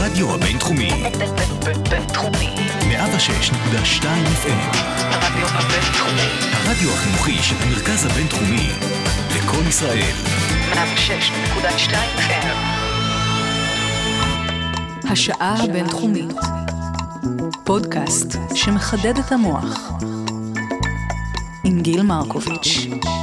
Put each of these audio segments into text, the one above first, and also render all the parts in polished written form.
הרדיו הבינתחומי. בינתחומי. 106.2 FM. הרדיו הבינתחומי. הרדיו החינוכי של המרכז הבינתחומי. לכל ישראל. 106.2 FM. השעה הבינתחומית. פודקאסט שמחדד את המוח. עם גיל מרקוביץ'.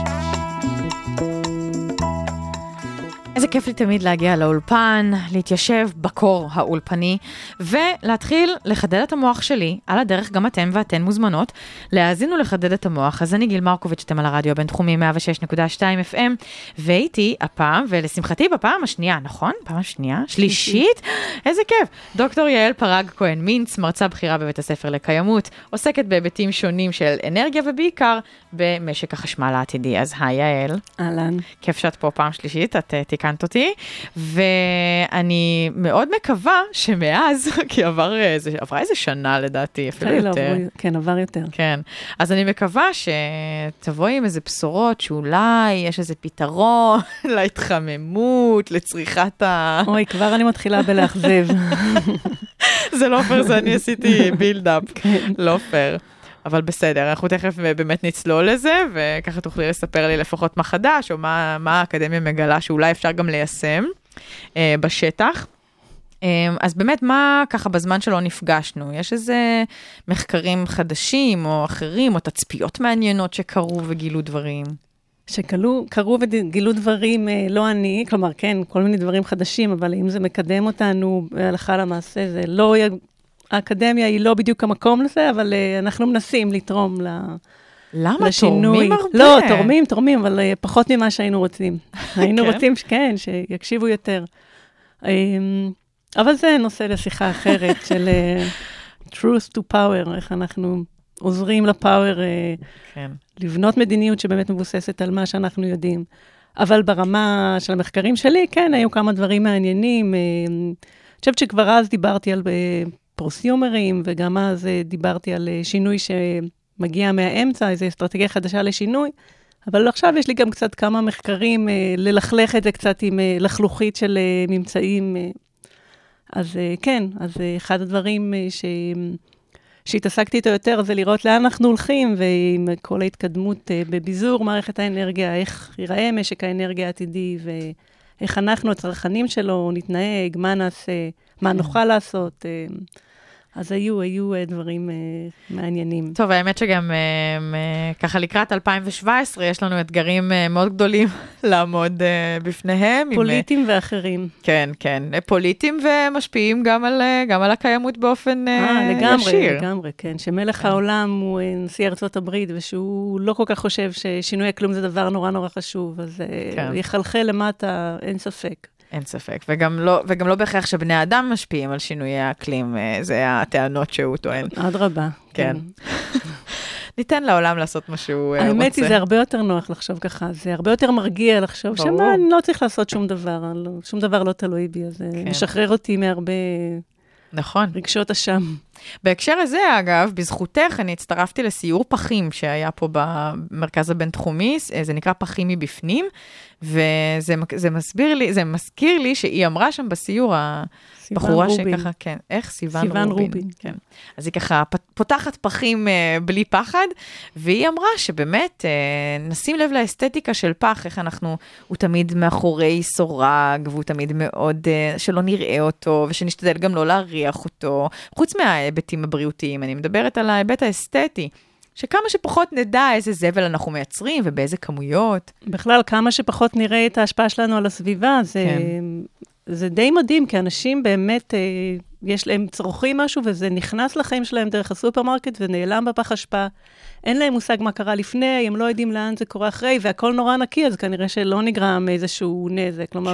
איזה כיף לי תמיד להגיע לאולפן, להתיישב בקור האולפני, ולהתחיל לחדד את המוח שלי. על הדרך גם אתם ואתן מוזמנות להאזין ולחדד את המוח. אז אני גיל מרקוביץ', אתם על הרדיו הבינתחומי 106.2 FM, ואיתי הפעם, ולשמחתי בפעם השנייה, נכון? פעם השנייה? שלישית? איזה כיף. דוקטור יעל פרג כהן מינץ, מרצה בכירה בבית הספר לקיימות, עוסקת בהיבטים שונים של אנרגיה ובעיקר במשק החשמל העתידי. אז היי יעל. אהלן. כיף שאת פה פעם שלישית, את תיקנת אותי, ואני מאוד מקווה שמאז, כי עברה איזה שנה לדעתי, אפילו יותר. כן, עבר יותר. כן, אז אני מקווה שתבואי עם איזה בשורות, שאולי יש איזה פתרון להתחממות, לצריכת אוי, כבר אני מתחילה בלהחזב. זה לא פייר, זה אני עשיתי בילדאפ, לא פייר. אבל בסדר, אנחנו תכף באמת נצלול לזה, וככה תוכלי לספר לי לפחות מה חדש, או מה האקדמיה מגלה שאולי אפשר גם ליישם בשטח. אז באמת, מה ככה בזמן שלא נפגשנו? יש איזה מחקרים חדשים או אחרים, או תצפיות מעניינות שקרו וגילו דברים? שקרו וגילו דברים, לא אני, כלומר, כן, כל מיני דברים חדשים, אבל אם זה מקדם אותנו הלכה למעשה, זה לא האקדמיה היא לא בדיוק המקום לזה, אבל אנחנו מנסים לתרום למה? לשינוי. תורמים הרבה? לא, תורמים, אבל פחות ממה שהיינו רוצים. היינו רוצים שכן, שיקשיבו יותר. אבל זה נושא לשיחה אחרת של truth to power, איך אנחנו עוזרים לפאוור לבנות מדיניות שבאמת מבוססת על מה שאנחנו יודעים. אבל ברמה של המחקרים שלי, כן, היו כמה דברים מעניינים. אני חושבת שכבר אז דיברתי על פרוסיומרים, וגם אז דיברתי על שינוי שמגיע מהאמצע, איזו אסטרטגיה חדשה לשינוי, אבל עכשיו יש לי גם קצת כמה מחקרים, ללכלך את זה קצת עם לחלוכית של ממצאים. אז כן, אז אחד הדברים שהתעסקתי איתו יותר, זה לראות לאן אנחנו הולכים, ועם כל ההתקדמות בביזור מערכת האנרגיה, איך ייראה משק האנרגיה העתידי, ואיך אנחנו, הצרכנים שלו, נתנהג, מה נעשה, מה נוכל לעשות. אז היו דברים מעניינים. טוב, האמת שגם ככה לקראת 2017, יש לנו אתגרים מאוד גדולים לעמוד בפניהם. פוליטיים ואחרים. כן, כן. פוליטיים ומשפיעים גם על הקיימות באופן ישיר. לגמרי, כן. שמלך העולם הוא נשיא ארצות הברית, ושהוא לא כל כך חושב ששינוי הכלום זה דבר נורא נורא חשוב, אז יחלחל למטה, אין ספק. אין ספק, וגם לא בהכרח שבני האדם משפיעים על שינויי האקלים, זה הטענות שהוא טוען. עד רבה. כן. ניתן לעולם לעשות מה שהוא רוצה. האמת היא, זה הרבה יותר נוח לחשוב ככה, זה הרבה יותר מרגיע לחשוב, שמה, אני לא צריך לעשות שום דבר, שום דבר לא תלוי בי, אז משחרר אותי מהרבה רגשות אשם. בהקשר הזה, אגב, בזכותך, אני הצטרפתי לסיור פחים שהיה פה במרכז הבינתחומי, זה נקרא פחים מבפנים, וזה מזכיר לי שהיא אמרה שם בסיור, הבחורה שככה, כן, איך? סיוון רובין. כן. אז היא ככה פותחת פחים בלי פחד, והיא אמרה שבאמת נשים לב לאסתטיקה של פח, איך הוא תמיד מאחורי סורג, והוא תמיד מאוד, שלא נראה אותו, ושנשתדל גם לא להריח אותו, חוץ מההיבטים הבריאותיים, אני מדברת על ההיבט האסתטי. שכמה שפחות נדע איזה זבל אנחנו מייצרים ובאיזה כמויות. בכלל, כמה שפחות נראה את ההשפעה שלנו על הסביבה, זה די מדהים, כי אנשים באמת, יש להם צורכים משהו, וזה נכנס לחיים שלהם דרך הסופרמרקט, ונעלם בפח השפעה. אין להם מושג מה קרה לפני, הם לא יודעים לאן זה קורה אחרי, והכל נורא נקי, אז כנראה שלא נגרם איזשהו נזק. כלומר,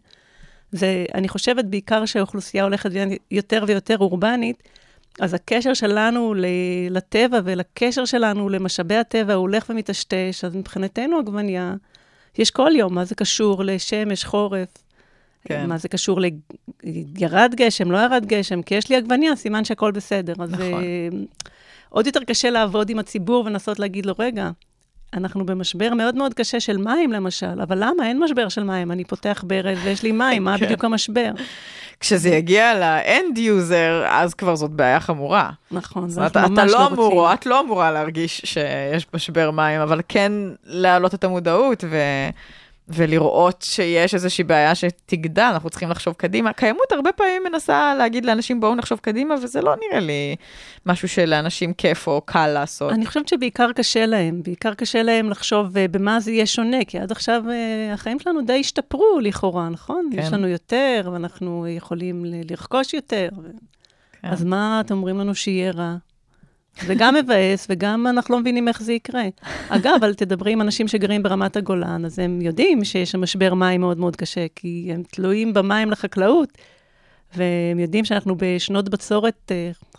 אני חושבת בעיקר שהאוכלוסייה הולכת יותר ויותר אורבנית, אז הקשר שלנו לטבע ולקשר שלנו למשאבי הטבע הוא הולך ומתשתש, אז מבחינתנו עגבניה, יש כל יום, מה זה קשור לשמש, חורף, כן. מה זה קשור לירד גשם, לא ירד גשם, כי יש לי עגבניה, סימן שהכל בסדר. אז נכון. עוד יותר קשה לעבוד עם הציבור ונסות להגיד לו, רגע, אנחנו במשבר מאוד מאוד קשה של מים, למשל. אבל למה? אין משבר של מים. אני פותח ברז ויש לי מים. מה בדיוק המשבר? כשזה יגיע ל-end user, אז כבר זאת בעיה חמורה. נכון. אתה לא אמור, או את לא אמורה להרגיש שיש משבר מים, אבל כן להעלות את המודעות ולראות שיש איזושהי בעיה שתגדל, אנחנו צריכים לחשוב קדימה. קיימות הרבה פעמים מנסה להגיד לאנשים, בואו נחשוב קדימה, וזה לא נראה לי משהו שלאנשים כיף או קל לעשות. אני חושבת שבעיקר קשה להם, לחשוב במה זה יהיה שונה, כי עד עכשיו החיים שלנו די השתפרו לכאורה, נכון? כן. יש לנו יותר, ואנחנו יכולים לרכוש יותר. כן. אז מה אתם אומרים לנו שיהיה רע? זה גם מבאס, וגם אנחנו לא מבינים איך זה יקרה. אגב, אבל תדברי עם אנשים שגרים ברמת הגולן, אז הם יודעים שיש משבר מים מאוד מאוד קשה, כי הם תלויים במים לחקלאות, והם יודעים שאנחנו בשנות בצורת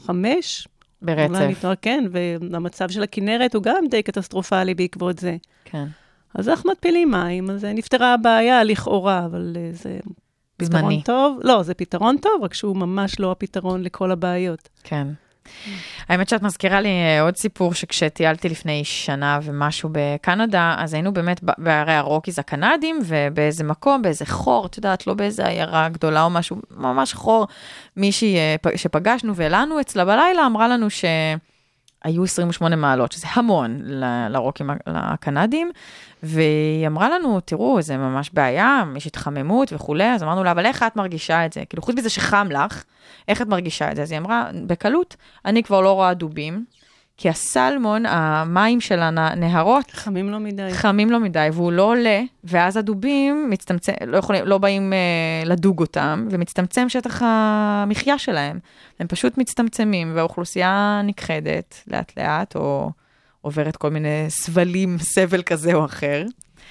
5. ברצף. כן, והמצב של הכנרת הוא גם די קטסטרופלי בעקבות זה. כן. אז אנחנו מתפילים מים, אז נפתרה הבעיה לכאורה, אבל זה פתרון טוב. לא, זה פתרון טוב, רק שהוא ממש לא הפתרון לכל הבעיות. כן. האמת שאת מזכירה לי עוד סיפור שכשטיילתי לפני שנה ומשהו בקנדה, אז היינו באמת בערי הרוקיז הקנדים, ובאיזה מקום, באיזה חור, את יודעת, לא באיזה עיירה גדולה או משהו, ממש חור, מישהי שפגשנו ואלנו אצלה בלילה, אמרה לנו שהיו 28 מעלות, שזה המון לרוקים הקנדים, והיא אמרה לנו, תראו, זה ממש בעיה, יש התחממות וכולי, אז אמרנו לה, אבל איך את מרגישה את זה? כאילו, חוץ מזה שחם לך, איך את מרגישה את זה? אז היא אמרה, בקלות, אני כבר לא רואה דובים, כי הסלמון, המים של הנהרות, חמים לו מדי, והוא לא עולה, ואז הדובים לא באים לדוג אותם, ומצטמצם שטח המחיה שלהם. הם פשוט מצטמצמים, והאוכלוסייה נכחדת לאט לאט, או עוברת כל מיני סבל כזה או אחר.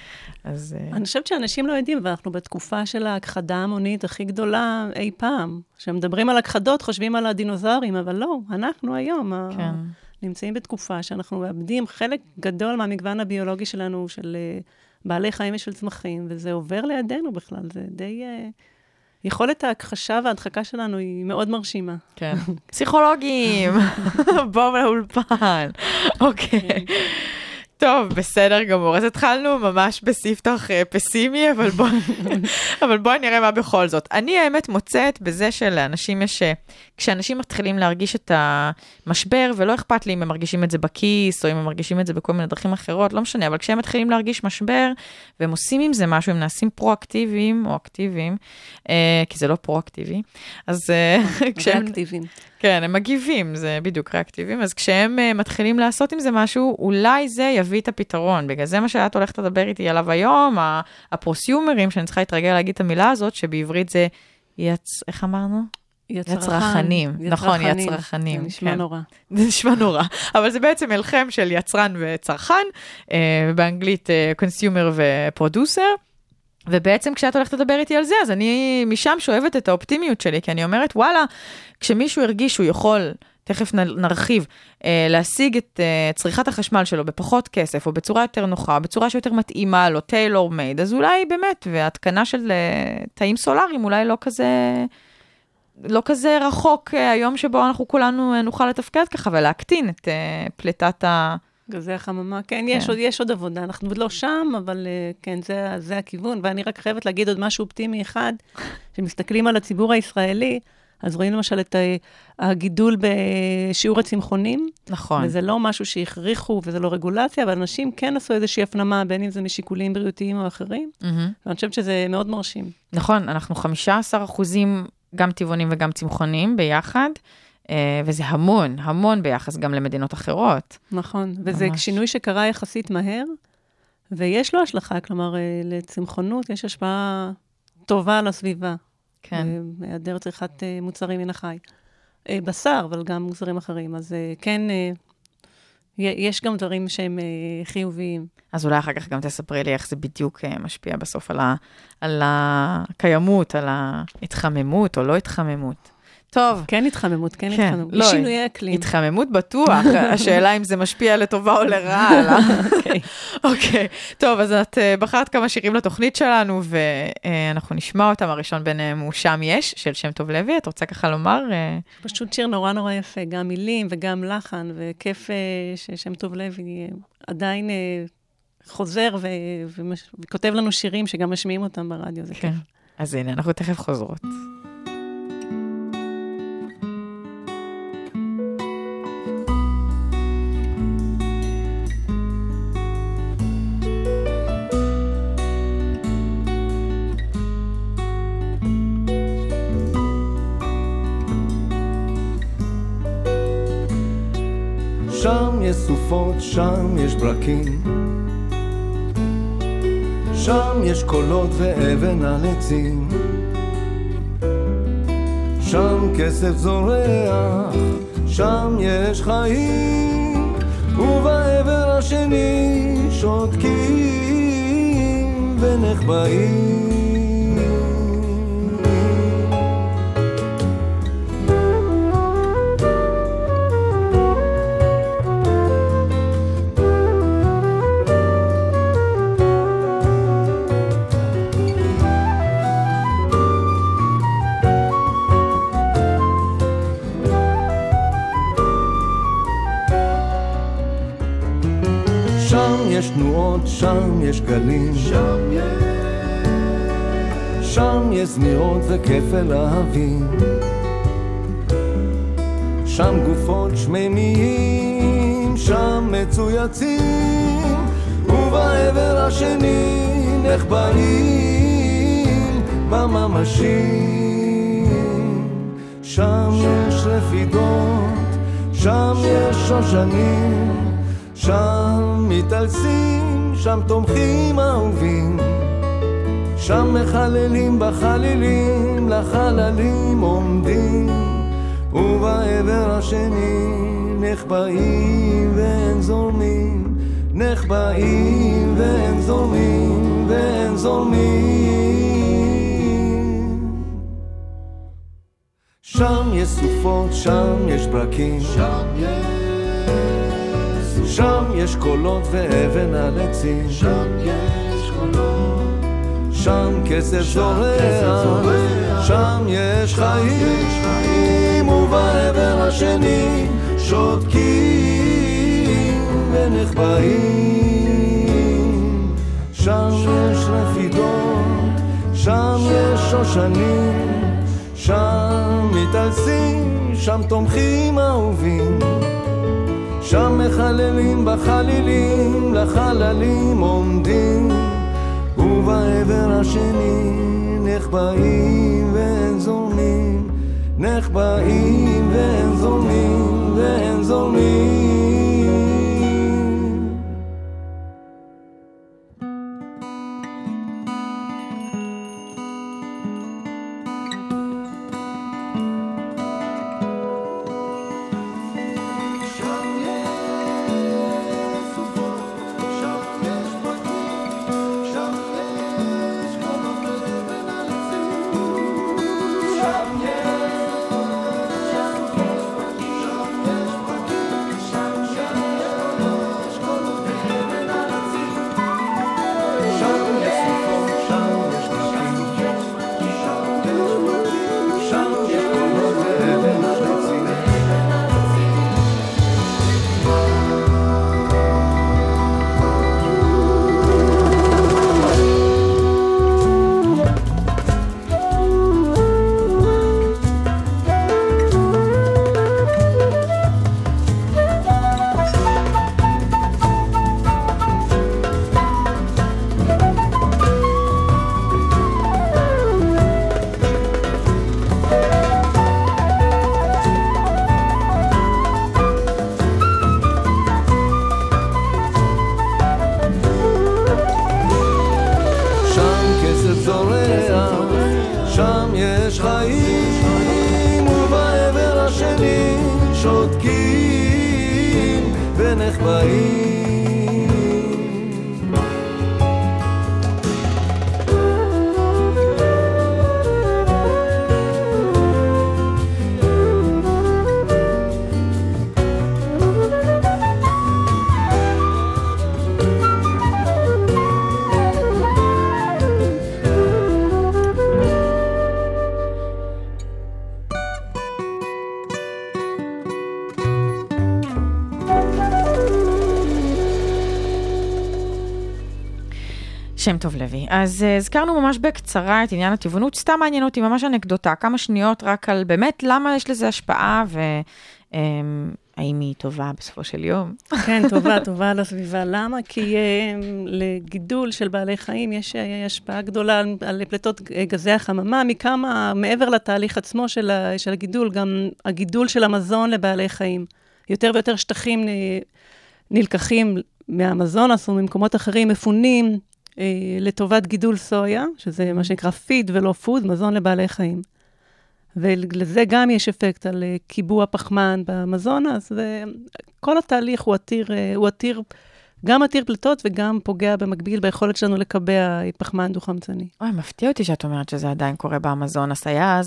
אז אני חושבת שאנשים לא יודעים, ואנחנו בתקופה של ההכחדה המונית הכי גדולה אי פעם. כשמדברים על הכחדות, חושבים על הדינוזאורים, אבל לא, אנחנו היום נמצאים בתקופה שאנחנו מאבדים חלק גדול מהמגוון הביולוגי שלנו, של בעלי חיים ושל צמחים, וזה עובר לידינו בכלל, זה די... יכולת ההכחשה וההדחקה שלנו היא מאוד מרשימה. כן. פסיכולוגים, בואו לאולפן. אוקיי. טוב, בסדר גמור. אז התחלנו ממש בספתח פסימי, אבל בואי נראה מה בכל זאת. אני האמת מוצאת בזה שלאנשים יש, כשאנשים מתחילים להרגיש את המשבר, ולא אכפת לי אם הם מרגישים את זה בכיס, או אם הם מרגישים את זה בכל מיני דרכים אחרות, לא משנה, אבל כשהם מתחילים להרגיש משבר, והם עושים עם זה משהו, הם נעשים פרואקטיביים או אקטיביים, כי זה לא פרואקטיבי, אז כשהם... ריאקטיביים. כן, הם מגיבים, זה בדיוק ריאקטיביים, אז כשהם מתחילים לעשות עם זה משהו, אולי זה יביא את הפתרון, בגלל זה מה שאת הולכת לדבר איתי עליו היום, הפרוסיומרים, שאני צריכה להתרגל להגיד את המילה הזאת, שבעברית זה איך אמרנו? יצרחנים. נכון, יצרחנים. זה נשמע נורא. זה נשמע נורא, אבל זה בעצם מלחם של יצרן וצרכן, באנגלית consumer ופרודוסר, ובעצם כשאת הולכת לדבר איתי על זה, אז אני משם שואבת את האופטימיות שלי, כי אני אומרת, וואלה, כשמישהו הרגיש שהוא יכול, תכף נרחיב, להשיג את צריכת החשמל שלו בפחות כסף, או בצורה יותר נוחה, בצורה שיותר מתאימה לו, טיילור מייד, אז אולי באמת, והתקנה של תאים סולאריים, אולי לא כזה רחוק היום שבו אנחנו כולנו נוכל לתפקד ככה, ולהקטין את פליטת גזי החממה, כן, יש עוד עבודה, אנחנו עוד לא שם, אבל כן, זה הכיוון, ואני רק חייבת להגיד עוד משהו אופטימי אחד, שמסתכלים על הציבור הישראלי, אז רואים למשל את הגידול בשיעור הצמחונים, נכון. וזה לא משהו שהכריחו, וזה לא רגולציה, אבל אנשים כן עשו איזושהי הפנמה, בין אם זה משיקולים בריאותיים או אחרים, ואני חושבת שזה מאוד מרשים. נכון, אנחנו 15% גם טבעונים וגם צמחונים ביחד, וזה המון ביחס גם למדינות אחרות. נכון, וזה שינוי שקרה יחסית מהר, ויש לו השלכה, כלומר, לצמחונות יש השפעה טובה על הסביבה. כן. היעדר צריכת מוצרים מן החי. בשר, אבל גם מוצרים אחרים. אז כן, יש גם דברים שהם חיוביים. אז אולי אחר כך גם תספרי לי איך זה בדיוק משפיע בסוף על הקיימות, על ההתחממות או לא התחממות. טוב. כן התחממות, כן התחממות. יש שינויי אקלים. התחממות בטוח, השאלה אם זה משפיע לטובה או לרעה. אוקיי. טוב, אז את בחרת כמה שירים לתוכנית שלנו, ואנחנו נשמע אותם, הראשון ביניהם הוא שם יש, של שם טוב לוי, את רוצה ככה לומר? פשוט שיר נורא נורא יפה, גם מילים וגם לחן, וכיף ששם טוב לוי עדיין חוזר וכותב לנו שירים שגם משמיעים אותם ברדיו. זה כן. אז הנה, אנחנו תכף חוזרות. שם יש סופות, שם יש ברקים, שם יש קולות ואבן על עצים, שם כסף זורח, שם יש חיים, ובעבר השני שותקים ונחבאים. יש תנועות, שם יש גלים, שם יש זמירות וכפל אהבים, שם גופות שממיים, שם מצויצים, ובעבר השני נחבאים בממשים. שם יש רפידות, שם יש שושנים, שם מתעלסים, שם תומכים אהובים, שם מחללים בחללים, לחללים עומדים, ובעבר השני נחבאים ואין זורמים, נחבאים ואין זורמים ואין זורמים. שם יש סופות, שם יש ברקים, שם יש קולות ואבן על עצים, שם יש קולות, שם כסף זורח, שם יש חיים, ובעבר השני שותקים ונחבאים. שם יש רפידות, שם יש שושנים, שם מתעלסים, שם תומכים אהובים, שם מחללים בחללים, לחללים עומדים, ובעבר השני נחבאים ואין זורמים, נחבאים ואין זורמים ואין זורמים. שם טוב לוי. אז הזכרנו ממש בקצרה את עניין הטבעונות, סתם מעניין אותי, ממש אנקדוטה, כמה שניות רק על באמת למה יש לזה השפעה, והאם היא טובה בסופו של יום. כן, טובה לסביבה. למה? כי לגידול של בעלי חיים יש השפעה גדולה על פליטות גזי החממה, מכמה, מעבר לתהליך עצמו של הגידול, גם הגידול של המזון לבעלי חיים. יותר ויותר שטחים נלקחים מהאמזונס או ממקומות אחרים, מפונים לטובת גידול סויה, שזה מה שנקרא פיד ולא פוד, מזון לבעלי חיים. ולזה גם יש אפקט על קיבוע פחמן באמזונס, וכל התהליך הוא גם עתיר פליטות וגם פוגע במקביל ביכולת שלנו לקבע פחמן דו-חמצני. אוי, מפתיע אותי שאת אומרת שזה עדיין קורה באמזונס.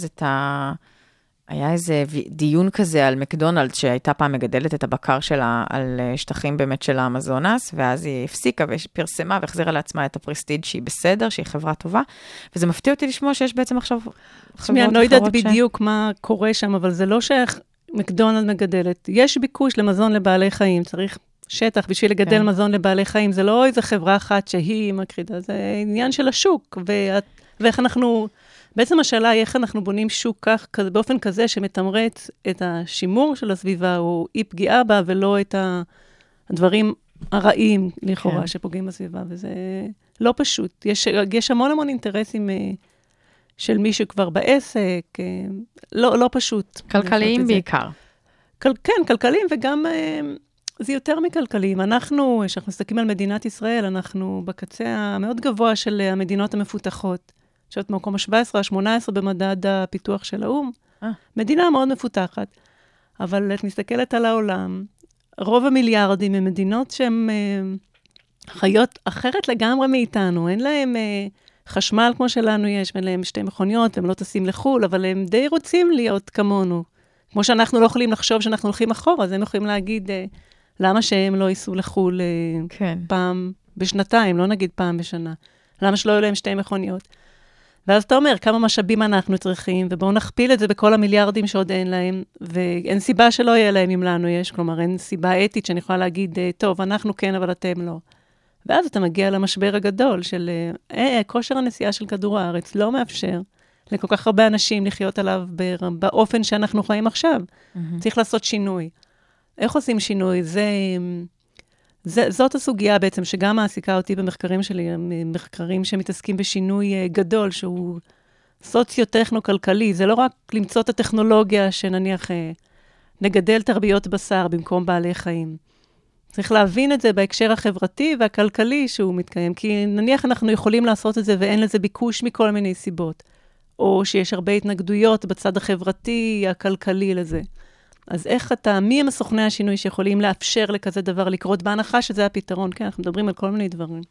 היה איזה דיון כזה על מקדונלד, שהייתה פעם מגדלת את הבקר שלה על שטחים באמת של האמזונס, ואז היא הפסיקה ופרסמה והחזירה לעצמה את הפרסטיג' שהיא בסדר, שהיא חברה טובה, וזה מפתיע אותי לשמוע שיש בעצם עכשיו חברות אני לא יודעת בדיוק מה קורה שם, אבל זה לא שמקדונלד מגדלת. יש ביקוש למזון לבעלי חיים, צריך שטח בשביל לגדל מזון לבעלי חיים, זה לא איזה חברה אחת שהיא מקרידה, זה עניין של השוק, ואיך אנחנו... בעצם השאלה היא איך אנחנו בונים שוק כך, באופן כזה שמתמרץ את השימור של הסביבה, או אי פגיעה בה, ולא את הדברים הרעים, לכאורה, שפוגעים בסביבה, וזה לא פשוט. יש המון אינטרסים של מישהו כבר בעסק, לא פשוט. כלכליים בעיקר. כן, כלכליים, וגם זה יותר מכלכליים. כשאנחנו מסתכלים על מדינת ישראל, אנחנו בקצה המאוד גבוה של המדינות המפותחות. שאת מקום ה-17, ה-18 במדד הפיתוח של האום. מדינה מאוד מפותחת. אבל את מסתכלת על העולם, רוב המיליארדים הם מדינות שהן חיות אחרת לגמרי מאיתנו. אין להם חשמל כמו שלנו יש, אין להם שתי מכוניות, הם לא טסים לחול, אבל הם די רוצים להיות כמונו. כמו שאנחנו לא יכולים לחשוב שאנחנו הולכים אחורה, אז הם יכולים להגיד, למה שהם לא ייסעו לחול פעם בשנתיים, לא נגיד פעם בשנה. למה שלא יהיו להם שתי מכוניות? ואז אתה אומר, כמה משאבים אנחנו צריכים, ובואו נכפיל את זה בכל המיליארדים שעוד אין להם, ואין סיבה שלא יהיה להם אם לנו יש, כלומר, אין סיבה אתית שאני יכולה להגיד, טוב, אנחנו כן, אבל אתם לא. ואז אתה מגיע למשבר הגדול של, כושר הנסיעה של כדור הארץ לא מאפשר לכל כך הרבה אנשים לחיות עליו באופן שאנחנו חיים עכשיו. צריך לעשות שינוי. איך עושים שינוי? זאת הסוגיה בעצם, שגם מעסיקה אותי במחקרים שלי, מחקרים שמתעסקים בשינוי גדול, שהוא סוציו-טכנו-כלכלי. זה לא רק למצוא את הטכנולוגיה שנניח נגדל תרביות בשר במקום בעלי חיים. צריך להבין את זה בהקשר החברתי והכלכלי שהוא מתקיים, כי נניח אנחנו יכולים לעשות את זה ואין לזה ביקוש מכל מיני סיבות, או שיש הרבה התנגדויות בצד החברתי, הכלכלי לזה. אז איך מי הם סוכני השינוי שיכולים לאפשר לכזה דבר לקרות, בהנחה שזה הפתרון? כן, אנחנו מדברים על כל מיני דברים.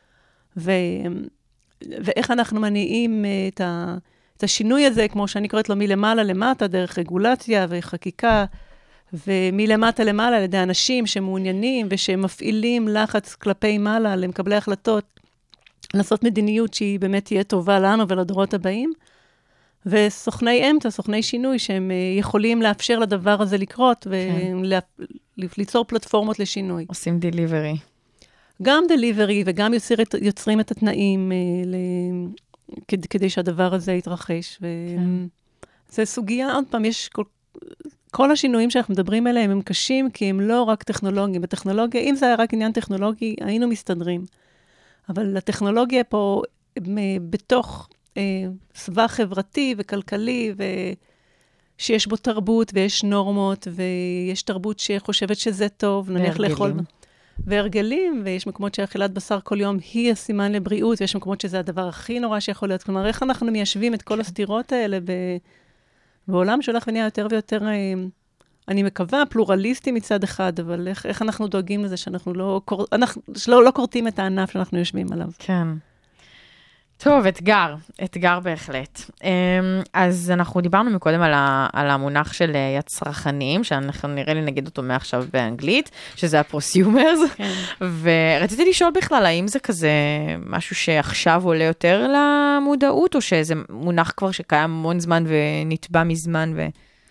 ואיך אנחנו מניעים את השינוי הזה, כמו שאני קוראת לו מלמעלה למטה, דרך רגולציה וחקיקה, ומלמטה למעלה, על ידי אנשים שמעוניינים ושמפעילים לחץ כלפי מעלה למקבלי החלטות, לעשות מדיניות שהיא באמת תהיה טובה לנו ולדורות הבאים, וסוכני אמצע, סוכני שינוי, שהם יכולים לאפשר לדבר הזה לקרות, וליצור פלטפורמות לשינוי. עושים דליברי. גם דליברי, וגם יוצרים את התנאים כדי שהדבר הזה יתרחש. זה סוגיה, עוד פעם, יש כל השינויים שאנחנו מדברים עליהם, הם קשים, כי הם לא רק טכנולוגיים. בטכנולוגיה, אם זה היה רק עניין טכנולוגי, היינו מסתדרים. אבל הטכנולוגיה פה, בתוך סביבה חברתי וכלכלי, שיש בו תרבות ויש נורמות, ויש תרבות שחושבת שזה טוב, נניח לאכול. והרגלים, ויש מקומות שאכילת בשר כל יום היא הסימן לבריאות, ויש מקומות שזה הדבר הכי נורא שיכול להיות. כלומר, איך אנחנו מיישבים את כל הסתירות האלה בעולם שהולך ונהיה יותר ויותר, אני מקווה, פלורליסטי מצד אחד, אבל איך אנחנו דואגים לזה שאנחנו לא קורטים את הענף שאנחנו יושבים עליו. כן. טוב, אתגר בהחלט. אז אנחנו דיברנו מקודם על המונח של יצרנים, שאנחנו נראה לי נגיד אותו מעכשיו באנגלית, שזה הפרוסיומרס, ורציתי לשאול בכלל, האם זה כזה משהו שעכשיו עולה יותר למודעות, או שזה מונח כבר שקיים המון זמן ונטבע מזמן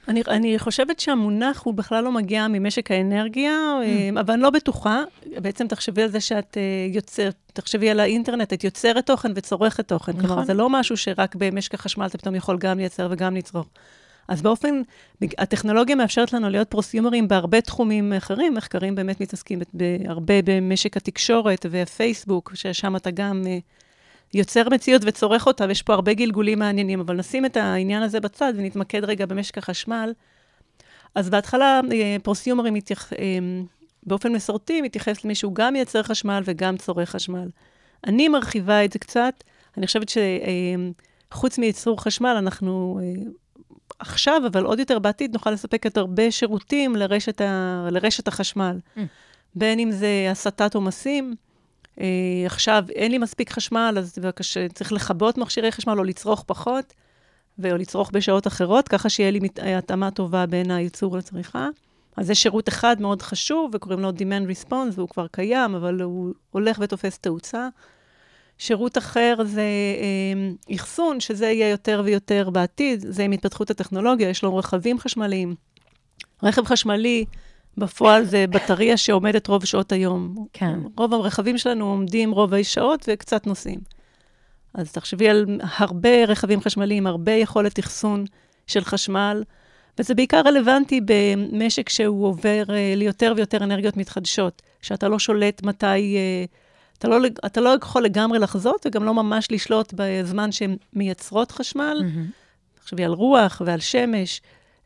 אני חושבת שהמונח הוא בכלל לא מגיע ממשק האנרגיה, אבל אני לא בטוחה. בעצם תחשבי על זה שאת תחשבי על האינטרנט, את יוצרת תוכן וצורכת תוכן. כלומר, זה לא משהו שרק במשק החשמל אתה פתאום יכול גם לייצר וגם לצרוך. אז באופן, הטכנולוגיה מאפשרת לנו להיות פרוסיומרים בהרבה תחומים אחרים. מחקרים באמת מתעסקים הרבה במשק התקשורת והפייסבוק, ששם אתה גם יוצר מציאות וצורך אותה, ויש פה הרבה גלגולים מעניינים, אבל נשים את העניין הזה בצד ונתמקד רגע במשק החשמל. אז בהתחלה פרוסיומרים באופן מסורתי מתייחס למישהו גם מייצר חשמל וגם צורך חשמל. אני מרחיבה את זה קצת. אני חושבת שחוץ מייצור חשמל, אנחנו עכשיו, אבל עוד יותר בעתיד, נוכל לספק את הרבה שירותים לרשת החשמל. בין אם זה הסטת עומסים, עכשיו אין לי מספיק חשמל, אז צריך לכבות מכשירי חשמל או לצרוך פחות, או לצרוך בשעות אחרות, ככה שיהיה לי התאמה טובה בין הייצור לצריכה. אז זה שירות אחד מאוד חשוב, וקוראים לו Demand Response, והוא כבר קיים, אבל הוא הולך ותופס תאוצה. שירות אחר זה אחסון, שזה יהיה יותר ויותר בעתיד, זה עם התפתחות הטכנולוגיה, יש לו רכבים חשמליים. רכב חשמלי, בפועל זה בטריה שעומדת רוב שעות היום. כן. רוב הרכבים שלנו עומדים רוב השעות וקצת נוסעים. אז תחשבי על הרבה רכבים חשמליים, הרבה יכולת אחסון של חשמל, וזה בעיקר רלוונטי במשק שהוא עובר ליותר ויותר אנרגיות מתחדשות, שאתה לא שולט מתי, אתה לא יכול לגמרי לחזות, וגם לא ממש לשלוט בזמן שהן מייצרות חשמל. תחשבי על רוח ועל שמש,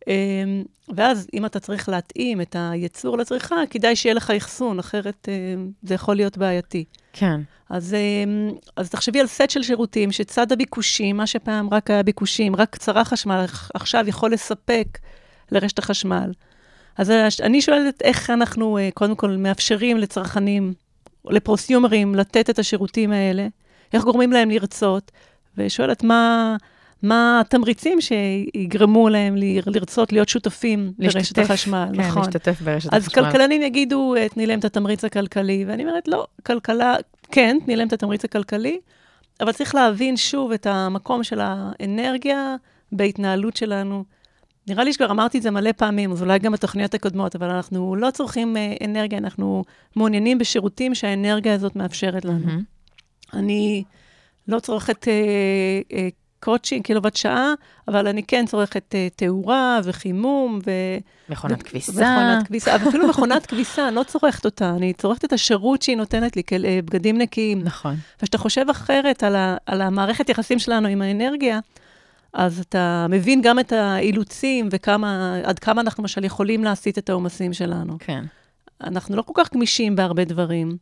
ואז אם אתה צריך להתאים את הייצור לצריכה, כדאי שיהיה לך אחסון, אחרת זה יכול להיות בעייתי. כן. אז תחשבי על סט של שירותים, שצד הביקושים, מה שפעם רק היה ביקושים, רק צרה חשמל, עכשיו יכול לספק לרשת החשמל. אז אני שואלת איך אנחנו קודם כל מאפשרים לצרכנים, לפרוסיומרים, לתת את השירותים האלה, איך גורמים להם לרצות, ושואלת מה התמריצים שיגרמו להם לרצות להיות שותפים ברשת החשמל. כן, נכון. להשתתף ברשת אז החשמל. כלכלנים יגידו, תני להם את התמריץ הכלכלי, ואני אומרת, לא, כלכלה, כן, תני להם את התמריץ הכלכלי, אבל צריך להבין שוב את המקום של האנרגיה בהתנהלות שלנו. נראה לי שכבר אמרתי את זה מלא פעמים, אז אולי גם בתוכניות הקודמות, אבל אנחנו לא צורכים אנרגיה, אנחנו מעוניינים בשירותים שהאנרגיה הזאת מאפשרת לנו. אני לא צורכת קוצ'ינג, קילוואט שעה, אבל אני כן צורכת תאורה וחימום מכונת כביסה. מכונת כביסה, אפילו מכונת כביסה, אני לא צורכת אותה, אני צורכת את השירות שהיא נותנת לי, בגדים נקיים. נכון. וכשאתה חושב אחרת על המערכת יחסים שלנו עם האנרגיה, אז אתה מבין גם את האילוצים, עד כמה אנחנו למשל יכולים להסיט את העומסים שלנו. כן. אנחנו לא כל כך גמישים בהרבה דברים,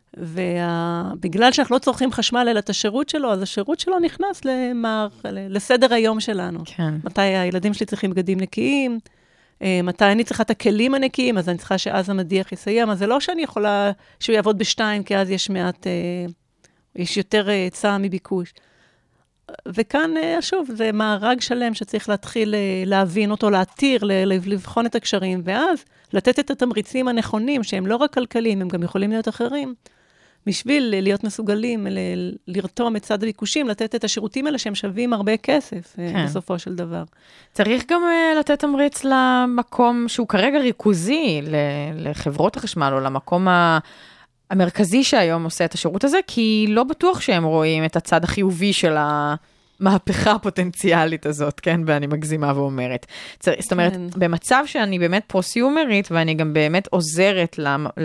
ובגלל שאנחנו לא צורכים חשמל אלא את השירות שלו, אז השירות שלו נכנס לסדר היום שלנו. כן. מתי הילדים שלי צריכים בגדים נקיים, מתי אני צריכה את הכלים הנקיים, אז אני צריכה שאז המדיח יסיים, אז זה לא שאני יכולה שהוא יעבוד בשתיים, כי אז יש יותר היצע מביקוש. וכאן, שוב, זה מארג שלם שצריך להתחיל להבין אותו, להתיר, לבחון את הקשרים, ואז לתת את התמריצים הנכונים, שהם לא רק כלכליים, הם גם יכולים להיות אחרים, בשביל להיות מסוגלים לרתום את צד הביקושים, לתת את השירותים האלה שהם שווים הרבה כסף, כן. בסופו של דבר. צריך גם לתת תמריץ למקום שהוא כרגע ריכוזי, לחברות החשמל, או למקום המרכזי שהיום עושה את השירות הזה, כי לא בטוח שהם רואים את הצד החיובי של המהפכה הפוטנציאלית הזאת, כן? ואני מגזימה ואומרת. זאת אומרת, במצב שאני באמת פרוסיומרית, ואני גם באמת עוזרת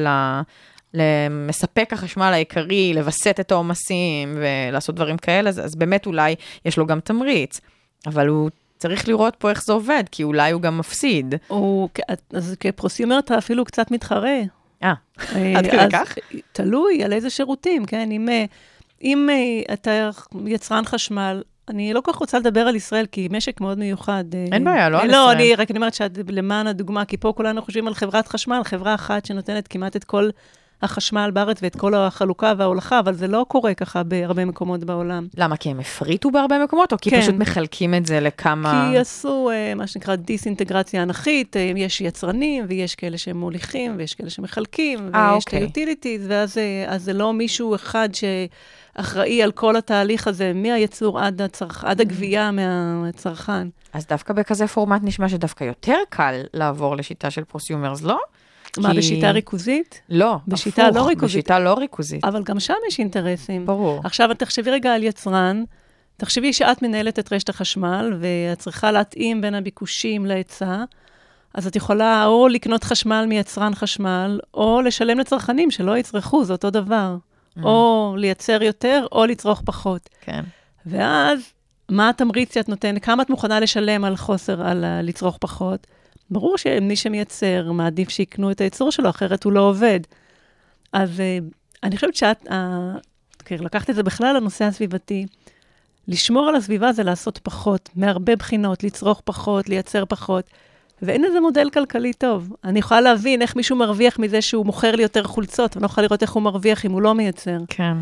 למספק החשמל העיקרי, לבסט את העומסים, ולעשות דברים כאלה, אז באמת אולי יש לו גם תמריץ. אבל הוא צריך לראות פה איך זה עובד, כי אולי הוא גם מפסיד. אז כפרוסיומר אתה אפילו קצת מתחרה. עד כדי כך? תלוי על איזה שירותים, כן? אם אתה יצרן חשמל, אני לא כל כך רוצה לדבר על ישראל, כי משק מאוד מיוחד. אין בעיה, לא על ישראל. לא, אני רק אומרת שלמען הדוגמה, כי פה כולנו חושבים על חברת חשמל, חברה אחת שנותנת כמעט את כל החשמל בארץ ואת כל החלוקה וההולכה, אבל זה לא קורה ככה בהרבה מקומות בעולם. למה? כי הם הפריטו בהרבה מקומות, או כי כן. פשוט מחלקים את זה לכמה... כי עשו מה שנקרא דיסאינטגרציה אנכית, יש יצרנים, ויש כאלה שהם מוליכים, ויש כאלה שמחלקים, ויש את היוטיליטיז, ואז זה לא מישהו אחד שאחראי על כל התהליך הזה, מהייצור עד הגבייה מהצרכן. אז דווקא בכזה פורמט נשמע שדווקא יותר קל לעבור לשיטה של פרוסיומרס, לא? מה, בשיטה ריכוזית? לא, בשיטה הפוך, לא ריכוזית. בשיטה לא ריכוזית. אבל גם שם יש אינטרסים. ברור. עכשיו, תחשבי רגע על יצרן, תחשבי שאת מנהלת את רשת החשמל, ואת צריכה להתאים בין הביקושים להיצע, אז את יכולה או לקנות חשמל מיצרן חשמל, או לשלם לצרכנים שלא יצרכו, זה אותו דבר. או לייצר יותר, או לצרוך פחות. כן. ואז, מה התמריץ שאת נותנת? כמה את מוכנה לשלם על חוסר, על לצרוך פחות? ברור שמי שמייצר, מעדיף שיקנו את הייצור שלו, אחרת הוא לא עובד. אז אני חושבת שאת, לקחת את זה בכלל לנושא הסביבתי, לשמור על הסביבה זה לעשות פחות, מהרבה בחינות, לצרוך פחות, לייצר פחות, ואין איזה מודל כלכלי טוב. אני יכולה להבין איך מישהו מרוויח מזה שהוא מוכר לי יותר חולצות, ואני לא יכולה לראות איך הוא מרוויח אם הוא לא מייצר. כן.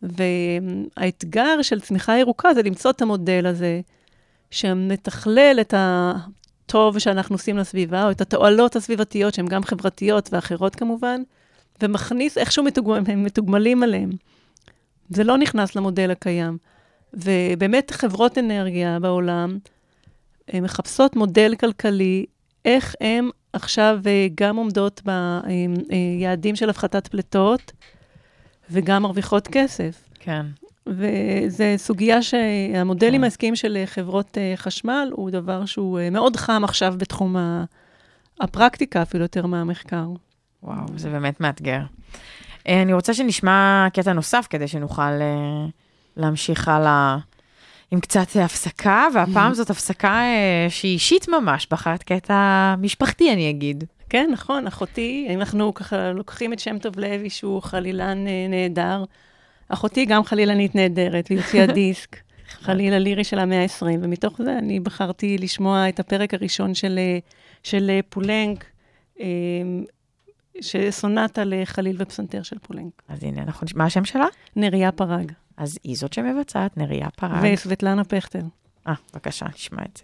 והאתגר של צמיחה ירוקה זה למצוא את המודל הזה, שמתכלל את הטוב שאנחנו עושים לסביבה, או את התועלות הסביבתיות, שהן גם חברתיות ואחרות כמובן, ומכניס איכשהו הם מתוגמלים עליהם. זה לא נכנס למודל הקיים. ובאמת חברות אנרגיה בעולם, הן מחפשות מודל כלכלי, איך הן עכשיו גם עומדות ביעדים של הפחתת פלטות, וגם מרוויחות כסף. כן. וזו סוגיה שהמודלים העסקיים של חברות חשמל, הוא דבר שהוא מאוד חם עכשיו בתחום הפרקטיקה, אפילו יותר מהמחקר. וואו, זה באמת מאתגר. אני רוצה שנשמע קטע נוסף, כדי שנוכל להמשיך הלאה עם קצת הפסקה, והפעם זאת הפסקה שהיא אישית ממש, בחרת קטע משפחתי, אני אגיד. כן, נכון, אחותי, אנחנו ככה לוקחים את שם טוב לוי, שהוא חלילן נהדר. אחותי גם חלילנית נהדרת, והיא דיסק, חליל לירי של ה-120, ומתוך זה אני בחרתי לשמוע את הפרק הראשון של פולנק, שסונטה לחליל ופסנתר של פולנק. אז הנה, מה השם שלה? נריה פרג. אז היא זאת שמבצעת, נריה פרג. וסבטלנה פכטר. בבקשה, נשמע את זה.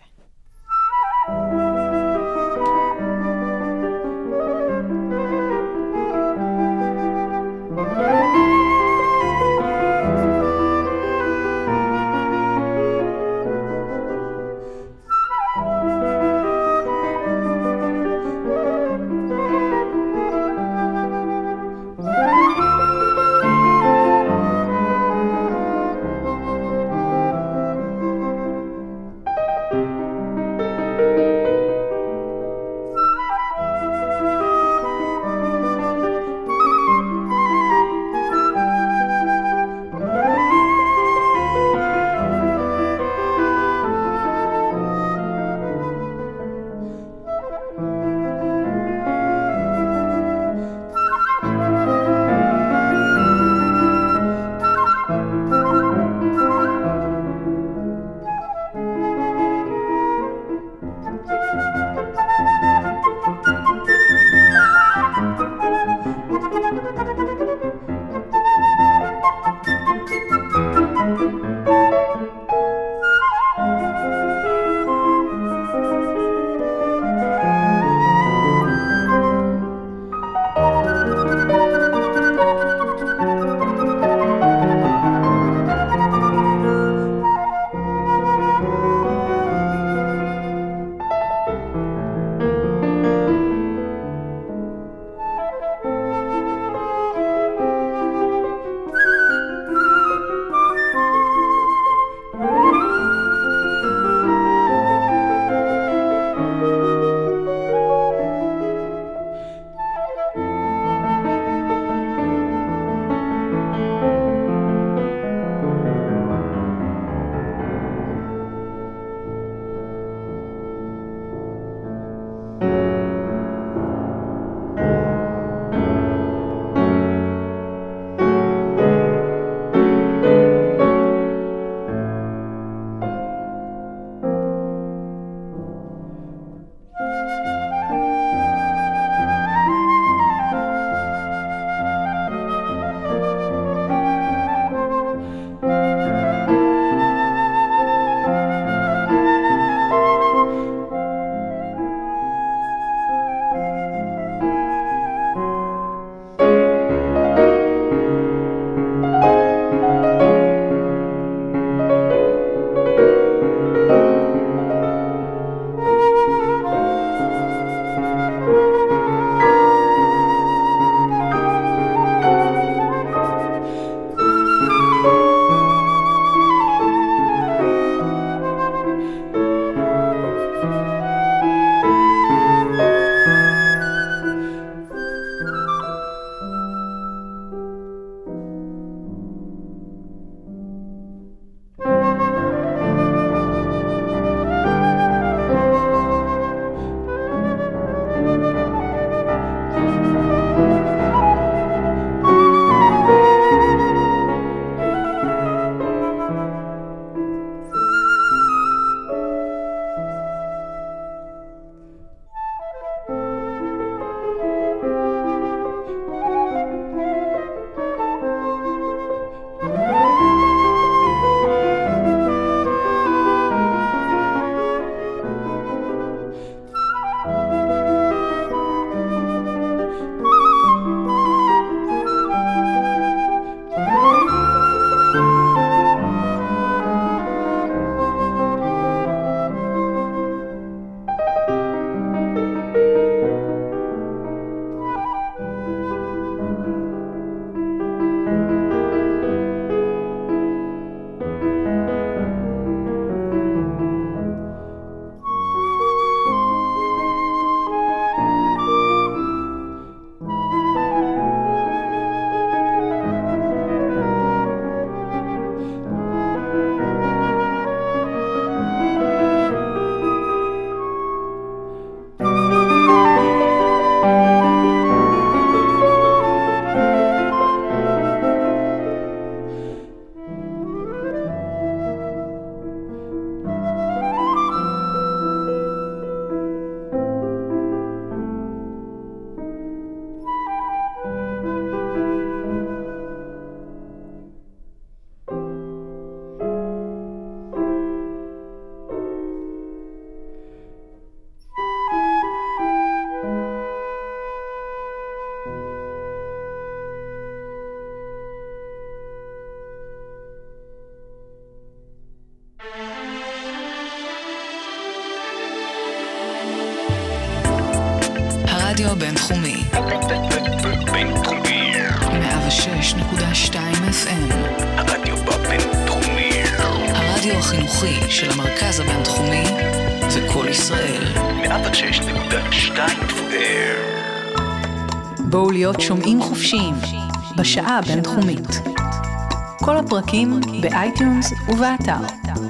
הרדיו הבינתחומי. בינתחומי. 106.2 FM. הרדיו בבינתחומי. הרדיו החינוכי של המרכז הבינתחומי זה כל ישראל. 106.2 FM. בואו להיות שומעים חופשיים בשעה הבינתחומית. כל הפרקים באייטיונס ובאתר.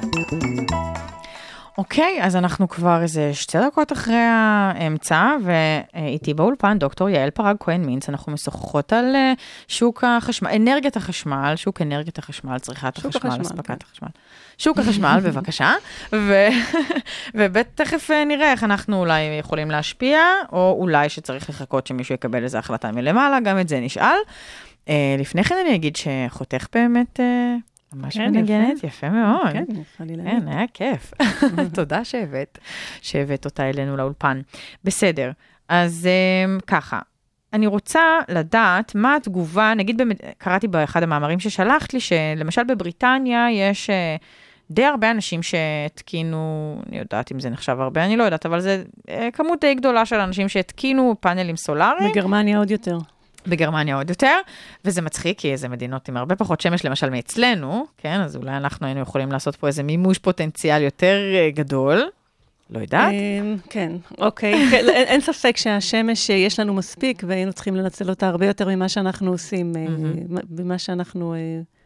אוקיי, אז אנחנו כבר איזה 2 דקות אחרי האמצע, ואיתי באולפן דוקטור יעל פרג כהן מינץ, אנחנו משוחחות על שוק החשמל, אנרגיית החשמל, שוק אנרגיית החשמל, צריכת החשמל, אספקת החשמל. שוק החשמל, בבקשה, ותכף נראה איך אנחנו אולי יכולים להשפיע, או אולי שצריך לחכות שמישהו יקבל איזו החלטה מלמעלה, גם את זה נשאל. לפני כן אני אגיד שחותך באמת ממש מנגנת, יפה מאוד. כן, כן, היה כיף. תודה שהבאת אותה אלינו לאולפן. בסדר, אז ככה, אני רוצה לדעת מה התגובה, נגיד קראתי באחד המאמרים ששלחת לי, שלמשל בבריטניה יש די הרבה אנשים שהתקינו, אני יודעת אם זה נחשב הרבה, אני לא יודעת, אבל זה כמות די גדולה של אנשים שהתקינו פאנלים סולאריים. בגרמניה עוד יותר. בגרמניה עוד יותר, וזה מצחיק, כי איזה מדינות עם הרבה פחות שמש, למשל מאצלנו, כן, אז אולי אנחנו היינו יכולים לעשות פה איזה מימוש פוטנציאל יותר גדול, לא יודעת. כן, אוקיי. אין ספק שהשמש יש לנו מספיק, והיינו צריכים לנצל אותה הרבה יותר ממה שאנחנו עושים, במה שאנחנו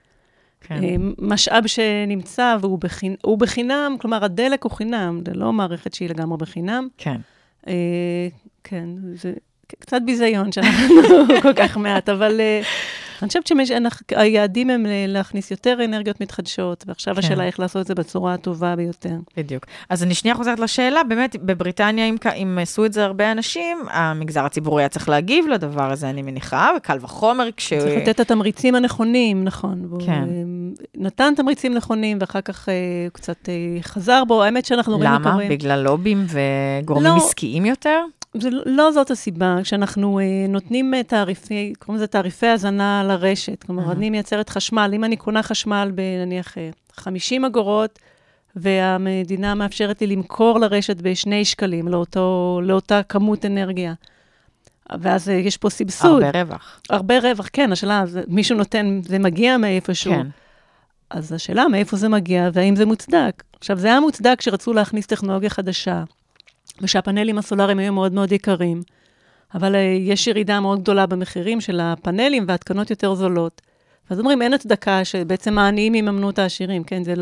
משאב שנמצא, והוא בחינם, כלומר, הדלק הוא חינם, זה לא מערכת שהיא לגמרי בחינם. כן. כן, זה קצת ביזיון שאנחנו כל כך מעט, אבל אני חושבת שהיעדים הם להכניס יותר אנרגיות מתחדשות, ועכשיו השאלה איך לעשות את זה בצורה הטובה ביותר. בדיוק. אז אני שנייה חוזרת לשאלה, באמת, בבריטניה, אם עשו את זה הרבה אנשים, המגזר הציבורי היה צריך להגיב לדבר הזה, אני מניחה, וקל וחומר צריך לתת את התמריצים הנכונים, נכון. כן. נתן תמריצים נכונים, ואחר כך קצת חזר בו, האמת שאנחנו רואים למה? בגלל לובים וגורמים עסקיים יותר? לא זאת הסיבה, כשאנחנו נותנים תעריפי, קוראים לזה תעריפי הזנה לרשת, כלומר, אני מייצרת חשמל, אם אני קונה חשמל בנניח 50 אגורות, והמדינה מאפשרת לי למכור לרשת ב2 שקלים, לאותה כמות אנרגיה. ואז יש פה סבסוד. הרבה רווח. הרבה רווח, כן, השאלה, מישהו נותן, זה מגיע מאיפשהו. כן. אז השאלה, מאיפה זה מגיע, והאם זה מוצדק. עכשיו, זה היה מוצדק כשרצו להכניס טכנולוגיה חדשה, ושהפאנלים הסולאריים היו מאוד מאוד יקרים, אבל יש ירידה מאוד גדולה במחירים של הפאנלים, והתקנות יותר זולות. ואז אומרים, אין הצדקה שבעצם העניים יממנו את העשירים, כן? זה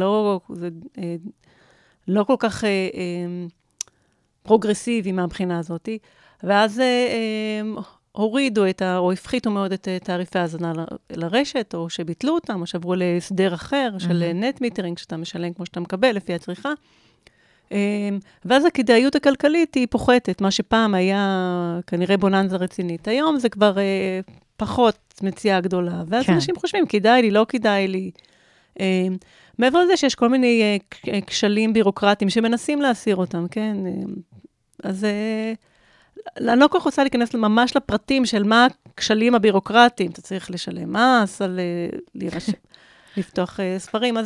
לא כל כך פרוגרסיבי מהבחינה הזאת. ואז הורידו או הפחיתו מאוד את תעריפי ההזנה לרשת, או שביטלו אותם, או שעברו להסדר אחר של נט מיטרינג, שאתה משלם כמו שאתה מקבל לפי הצריכה. ואז הכדאיות הכלכלית היא פוחתת, מה שפעם היה כנראה בוננזה רצינית. היום זה כבר פחות מציאה גדולה, ואז אנשים חושבים, כדאי לי, לא כדאי לי. מעבר לזה שיש כל מיני כשלים בירוקרטיים שמנסים להסיר אותם, כן? אז אני לא כל כך רוצה להיכנס ממש לפרטים של מה הכשלים הבירוקרטיים. אתה צריך לשלם מס, לפתוח ספרים,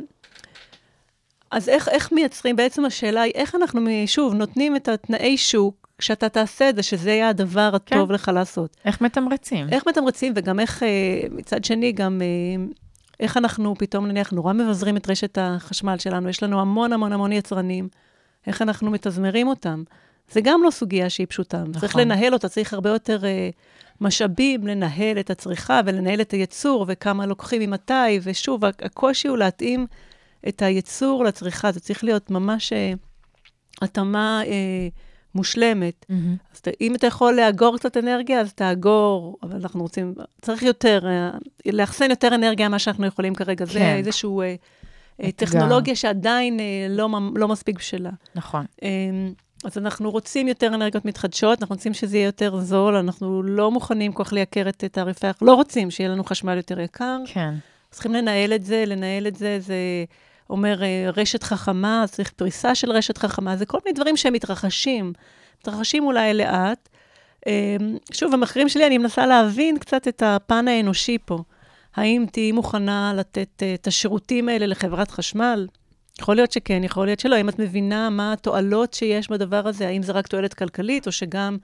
אז איך מייצרים? בעצם השאלה היא, איך אנחנו שוב נותנים את התנאי שוק, כשאתה תעשה את זה, שזה יהיה הדבר הטוב לך לעשות. איך מתמרצים? איך מתמרצים, וגם איך, מצד שני, גם איך אנחנו פתאום נניח נורא מבזרים את רשת החשמל שלנו, יש לנו המון המון המון יצרנים, איך אנחנו מתזמרים אותם. זה גם לא סוגיה שהיא פשוטה. נכון. צריך לנהל אותה, צריך הרבה יותר משאבים לנהל את הצריכה, ולנהל את הייצור, וכמה לוקחים ממתי, ושוב, הקושי הוא להתאים את הייצור לצריכה, זה צריך להיות ממש התאמה מושלמת. אז אם אתה יכול לאגור קצת אנרגיה, אז תאגור, אבל אנחנו רוצים, צריך יותר, לאחסן יותר אנרגיה מה שאנחנו יכולים כרגע. זה איזשהו טכנולוגיה שעדיין לא מספיק בשלה. נכון. אז אנחנו רוצים יותר אנרגיות מתחדשות, אנחנו רוצים שזה יהיה יותר זול, אנחנו לא מוכנים כל כך לייקר את תעריפי, לא רוצים שיהיה לנו חשמל יותר יקר. כן. צריכים לנהל את זה, זה אומר רשת חכמה, צריך פריסה של רשת חכמה, זה כל מיני דברים שהם מתרחשים אולי לאט. שוב, המחקרים שלי, אני מנסה להבין קצת את הפן האנושי פה. האם תהי מוכנה לתת את השירותים האלה לחברת חשמל? יכול להיות שכן, יכול להיות שלא. אם את מבינה מה התועלות שיש בדבר הזה, האם זה רק תועלת כלכלית, או שגם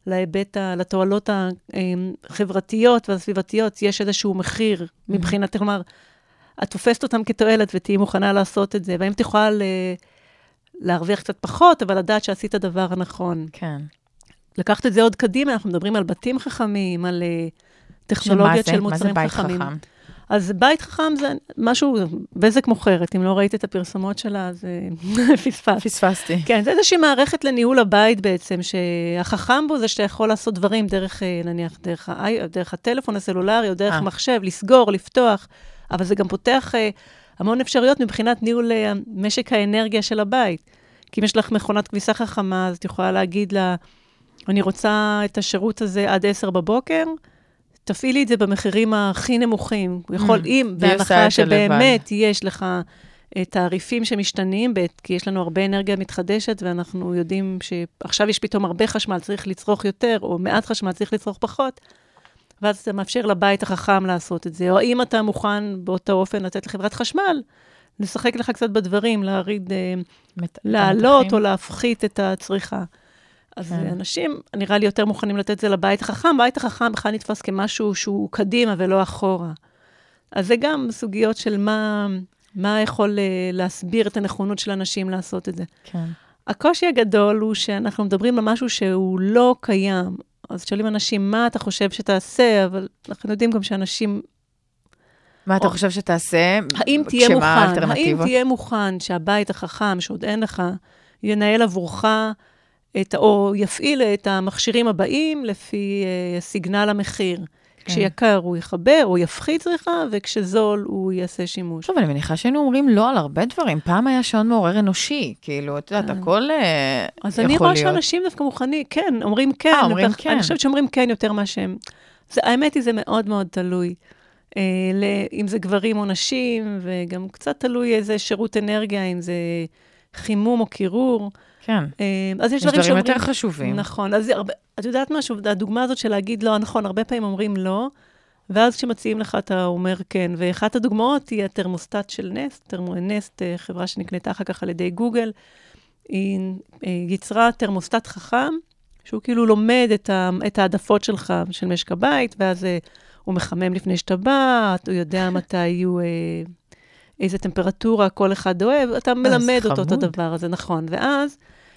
לתועלות החברתיות והסביבתיות, יש איזשהו מחיר מבחינת, כלומר, את תופסת אותם כתועלת ותהי מוכנה לעשות את זה, והאם תוכל להרוויח קצת פחות, אבל לדעת שעשית הדבר הנכון. כן. לקחת את זה עוד קדימה, אנחנו מדברים על בתים חכמים, על טכנולוגיות של מוצרים חכמים. מה זה בית חכם? אז בית חכם זה משהו, בזק מוכרת, אם לא ראית את הפרסומות שלה, אז פספסתי. כן, זה איזושהי מערכת לניהול הבית בעצם, שהחכם בו זה שאתה יכול לעשות דברים דרך, נניח, דרך הטלפון הסלולרי, או דרך מחשב, לסגור, לפתוח, אבל זה גם פותח המון אפשרויות מבחינת ניהול משק האנרגיה של הבית. כי אם יש לך מכונת כביסה חכמה, אז את יכולה להגיד לה, אני רוצה את השירות הזה עד 10 בבוקר, תפעילי את זה במחירים הכי נמוכים. הוא יכול, אם בהנחה שבאמת יש לך תעריפים שמשתנים, כי יש לנו הרבה אנרגיה מתחדשת, ואנחנו יודעים שעכשיו יש פתאום הרבה חשמל, צריך לצרוך יותר, או מעט חשמל, צריך לצרוך פחות, ואז זה מאפשר לבית החכם לעשות את זה. או אם אתה מוכן באותו אופן לתת לחברת חשמל, לשחק לך קצת בדברים, לעלות או להפחית את הצריכה. אז אנשים, נראה לי יותר מוכנים לתת זה לבית החכם. בית החכם בכלל נתפס כמשהו שהוא קדימה ולא אחורה. אז זה גם סוגיות של מה יכול להסביר את הנכונות של אנשים לעשות את זה. כן. הקושי הגדול הוא שאנחנו מדברים על משהו שהוא לא קיים. אז שואלים אנשים, מה אתה חושב שתעשה? אבל אנחנו יודעים גם שאנשים... מה אתה חושב שתעשה? האם תהיה מוכן שהבית החכם, שעוד אין לך, ינהל עבורך, או יפעיל את המכשירים הבאים לפי סיגנל המחיר. כשיקר הוא יחבר, או יפחית צריכה, וכשזול הוא יעשה שימוש. טוב, אני מניחה שהיינו אומרים לא על הרבה דברים. פעם היה שעון מעורר אנושי, כאילו, את יודעת, הכל יכול להיות. אז אני רואה שאנשים דווקא מוכנים, כן, אומרים כן. אני חושבת שאומרים כן יותר מה שהם. האמת היא, זה מאוד מאוד תלוי. אם זה גברים או נשים, וגם קצת תלוי איזה שירות אנרגיה, אם זה חימום או קירור. כן. אז יש דברים יותר חשובים. נכון. אז את יודעת משהו, הדוגמה הזאת של להגיד לא, נכון, הרבה פעמים אומרים לא, ואז כשמציעים לך אתה אומר כן. ואחת הדוגמאות היא התרמוסטט של נסט, נסט, חברה שנקנתה אחר כך על ידי גוגל, היא יצרה תרמוסטט חכם, שהוא כאילו לומד את העדפות שלך, של משק הבית, ואז הוא מחמם לפני שאתה בא, הוא יודע מתי יהיו... איזו טמפרטורה כל אחד אוהב, אתה מלמד אותו את הדבר הזה, נכון. ואז,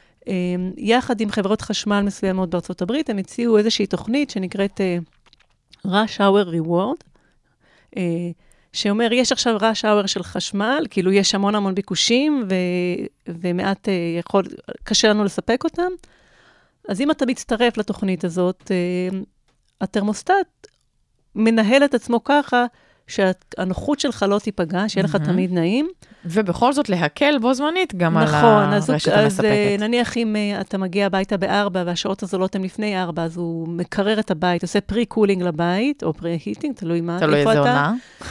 יחד עם חברות חשמל מסוימות בארצות הברית, הם הציעו איזושהי תוכנית שנקראת Rush Hour Reward, שאומר, יש עכשיו Rush Hour של חשמל, כאילו יש המון ביקושים, ומעט קשה לנו לספק אותם. אז אם אתה מצטרף לתוכנית הזאת, התרמוסטט מנהל את עצמו ככה, שהנוחות שלך לא תיפגע, שיהיה לך תמיד נעים. ובכל זאת להקל בו זמנית גם על הרשת המספקת. אז נניח אם אתה מגיע הביתה ב-4, והשעות הזולות הן לפני 4, אז הוא מקרר את הבית, עושה פרי-קולינג לבית, או פרי-היטינג, תלוי מה. תלוי איזה עונה.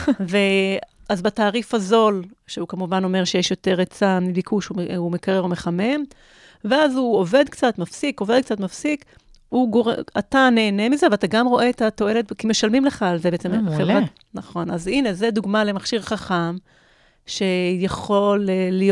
אז בתעריף הזול, שהוא כמובן אומר שיש יותר היצע מביקוש, הוא מקרר או מחמם, ואז הוא עובד קצת, מפסיק, אתה נהנה מזה, ואתה גם רואה את התועלת, כי משלמים לך על זה בעצם. מעולה. נכון, אז הנה, זה דוגמה למכשיר חכם, שיכול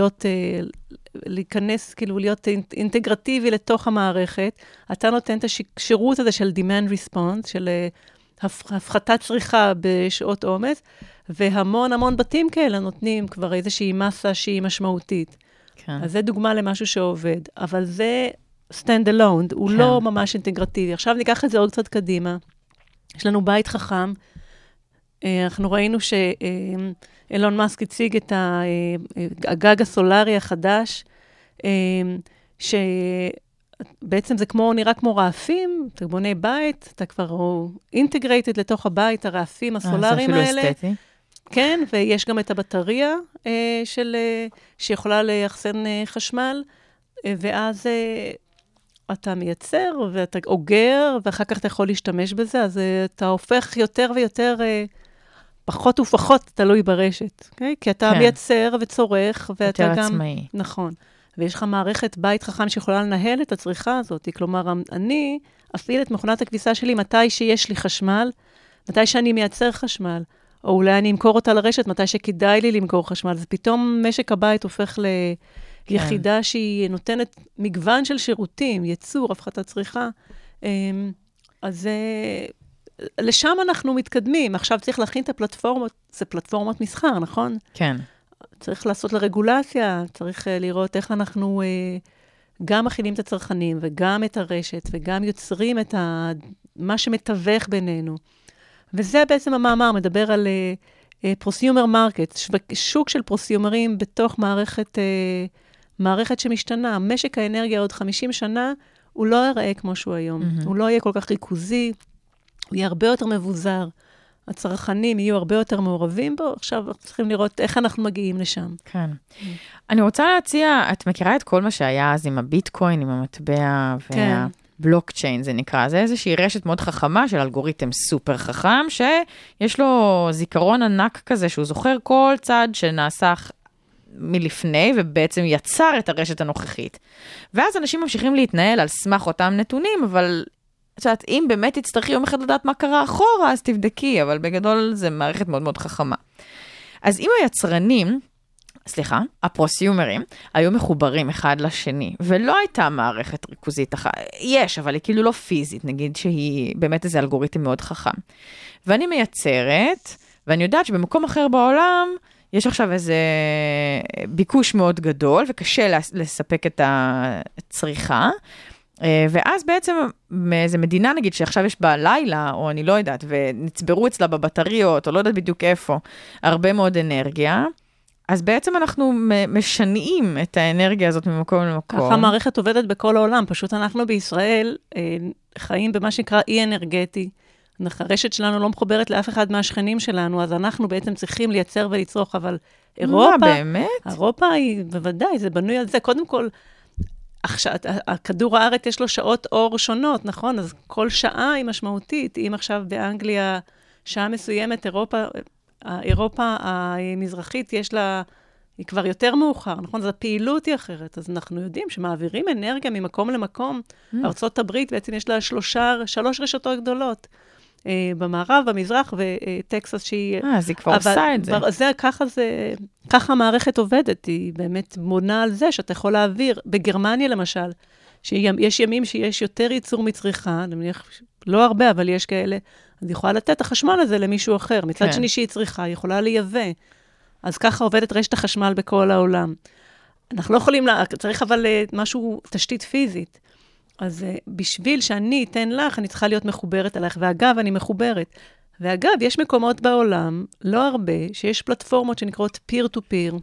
להיכנס, כאילו להיות אינטגרטיבי לתוך המערכת. אתה נותן את השירות הזה של demand response, של הפחתת צריכה בשעות עומס, והמון בתים כאלה נותנים כבר איזושהי מסה שהיא משמעותית. כן. אז זה דוגמה למשהו שעובד, אבל זה... stand alone, הוא לא ממש אינטגרטיבי. עכשיו ניקח את זה עוד קצת קדימה. יש לנו בית חכם. אנחנו ראינו שאילון מאסק הציג את הגג הסולרי החדש, שבעצם זה נראה כמו רעפים, אתה בונה בית, אתה כבר אינטגרייטד לתוך הבית, הרעפים הסולריים האלה. זה אפילו אסתטי. כן, ויש גם את הבטריה שיכולה לאחסן חשמל, ואז... אתה מייצר, ואתה אוגר, ואחר כך אתה יכול להשתמש בזה, אז אתה הופך יותר ויותר, פחות ופחות תלוי ברשת, okay? כי אתה מייצר וצורך, ואתה גם... יותר עצמאי. נכון. ויש לך מערכת בית חכם שיכולה לנהל את הצריכה הזאת, כלומר, אני אפעיל את מכונת הכביסה שלי מתי שיש לי חשמל, מתי שאני מייצר חשמל, או אולי אני אמכור אותה לרשת, מתי שכדאי לי למכור חשמל, אז פתאום משק הבית הופך יחידה שהיא נותנת מגוון של שירותים, ייצור, הפחתת צריכה, אז לשם אנחנו מתקדמים. עכשיו צריך להכין את הפלטפורמות, זה פלטפורמות מסחר, נכון? כן. צריך לעשות לרגולציה, צריך לראות איך אנחנו גם מכינים את הצרכנים, וגם את הרשת, וגם יוצרים את מה שמתווך בינינו. וזה בעצם המאמר, מדבר על פרוסיומר מרקט, שוק של פרוסיומרים בתוך מערכת שמשתנה. משק האנרגיה עוד 50 שנה, הוא לא יראה כמו שהוא היום. הוא לא יהיה כל כך ריכוזי, הוא יהיה הרבה יותר מבוזר. הצרכנים יהיו הרבה יותר מעורבים בו, עכשיו צריכים לראות איך אנחנו מגיעים לשם. כן. אני רוצה להציע, את מכירה את כל מה שהיה אז עם הביטקוין, עם המטבע והבלוקצ'יין, זה נקרא, זה איזושהי רשת מאוד חכמה של אלגוריתם סופר חכם, שיש לו זיכרון ענק כזה, שהוא זוכר כל צעד שנעשה מלפני, ובעצם יצר את הרשת הנוכחית. ואז אנשים ממשיכים להתנהל על סמך אותם נתונים, אבל את יודעת, אם באמת תצטרכי יום אחד לדעת מה קרה אחורה, אז תבדקי, אבל בגדול זה מערכת מאוד מאוד חכמה. אז אם היצרנים, הפרוסיומרים, היו מחוברים אחד לשני, ולא הייתה מערכת ריכוזית אחת, יש, אבל היא כאילו לא פיזית, נגיד שהיא באמת איזה אלגוריתם מאוד חכם. ואני מייצרת, ואני יודעת שבמקום אחר בעולם, יש עכשיו איזה ביקוש מאוד גדול, וקשה לספק את הצריכה, ואז בעצם מאיזה מדינה, נגיד, שעכשיו יש בה לילה, או אני לא יודעת, ונצברו אצלה בבטריות, או לא יודעת בדיוק איפה, הרבה מאוד אנרגיה, אז בעצם אנחנו משנעים את האנרגיה הזאת ממקום למקום. ככה המערכת עובדת בכל העולם, פשוט אנחנו בישראל חיים במה שנקרא אי אנרגטי. הרשת שלנו לא מחוברת לאף אחד מהשכנים שלנו, אז אנחנו בעצם צריכים לייצר ולצרוך, אבל אירופה... מה, באמת? אירופה היא, בוודאי, זה בנוי על זה. קודם כל, הכדור הארץ יש לו שעות אור שונות, נכון? אז כל שעה היא משמעותית. אם עכשיו באנגליה, שעה מסוימת, אירופה המזרחית יש לה, היא כבר יותר מאוחר, נכון? אז הפעילות היא אחרת. אז אנחנו יודעים שמעבירים אנרגיה ממקום למקום. ארצות הברית בעצם יש לה 3 רשתות גדולות. במערב, במזרח, וטקסס שהיא... אז היא כבר עושה את זה. ככה המערכת עובדת, היא באמת מונה על זה שאתה יכול להעביר. בגרמניה למשל, שיש ימים שיש יותר ייצור מצריכה, נניח, לא הרבה, אבל יש כאלה, אז היא יכולה לתת את החשמל הזה למישהו אחר. מצד שני שהיא צריכה, היא יכולה לייבא. אז ככה עובדת רשת החשמל בכל העולם. אנחנו לא יכולים, צריך אבל משהו, תשתית פיזית. אז בשביל שאני אתן לך, אני צריכה להיות מחוברת עליך. ואגב, אני מחוברת. ואגב, יש מקומות בעולם, לא הרבה, שיש פלטפורמות שנקראות peer-to-peer,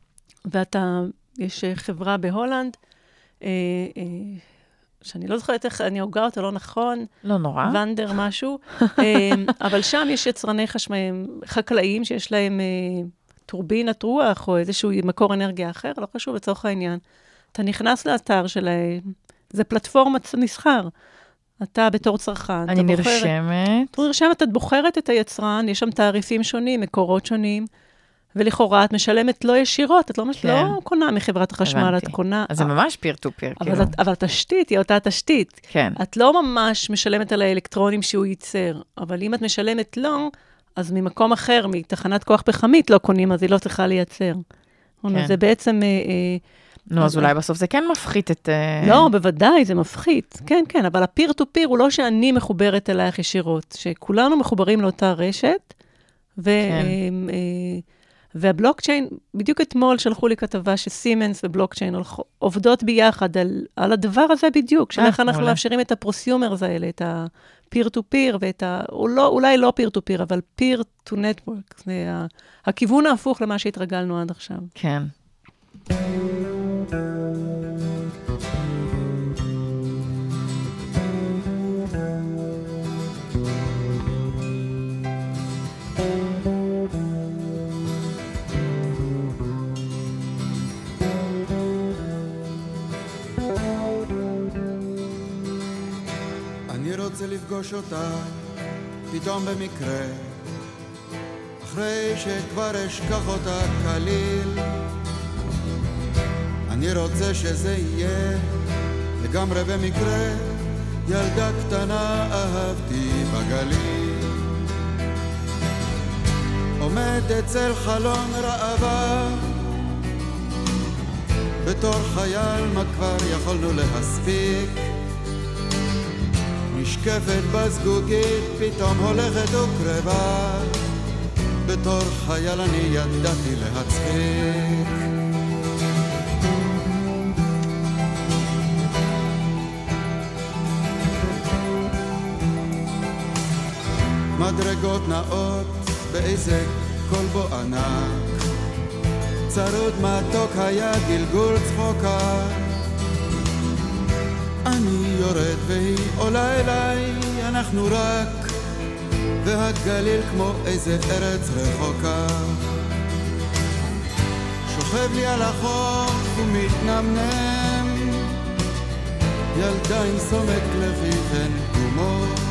יש חברה בהולנד, שאני לא זוכרת איך, אני הוגה אותה לא נכון. לא נורא. ונדר משהו. אבל שם יש יצרני חקלאים שיש להם טורבינת רוח, או איזשהו מקור אנרגיה אחר, לא חשוב, לצורך העניין. אתה נכנס לאתר שלהם, זה פלטפורמת מסחר. אתה בתור צרכן, אני נרשמת. את בוחרת את היצרן, יש שם תעריפים שונים, מקורות שונים, ולכאורה את משלמת לא ישירות, את לא קונה מחברת החשמל, את קונה... אז זה ממש peer-to-peer. אבל התשתית היא אותה תשתית. כן. את לא ממש משלמת על האלקטרונים שהוא ייצר, אבל אם את משלמת לא, אז ממקום אחר, מתחנת כוח פחמית לא קונים, אז היא לא צריכה לייצר. זה בעצם... נו, אז אולי בסוף זה כן מפחית את... לא, בוודאי, זה מפחית. כן, כן, אבל ה-peer-to-peer הוא לא שאני מחוברת אלייך ישירות, שכולנו מחוברים לאותה רשת, והבלוקצ'יין, בדיוק אתמול שלחו לי כתבה שסימנס ובלוקצ'יין עובדות ביחד על הדבר הזה בדיוק, של איך אנחנו מאפשרים את הפרוסיומרס האלה, את ה-peer-to-peer, אולי לא peer-to-peer, אבל peer-to-network, זה הכיוון ההפוך למה שהתרגלנו עד עכשיו. כן. אני רוצה לפגוש אותה פתאום במקרה, אחרי שכבר אשכח אותה כליל. אני רוצה שזה יהיה לגמרי במקרה, ילדה קטנה אהבתי בגליל, עומד אצל חלון רעבה, בתור חייל מה כבר יכולנו להספיק, נשקפת בזגוגית, פתאום הולכת וקרבה. בתור חייל אני ידעתי להצחיק. מדרגות נאות באיזה כלבו ענק, צרוד מתוק היה גלגול צחוקה. אני יורד והיא עולה אליי, אנחנו רק, והגליל כמו איזה ארץ רחוקה. שוכב לי על החוף ומתנמנם, ילדה עם סומק לחיכן גומות,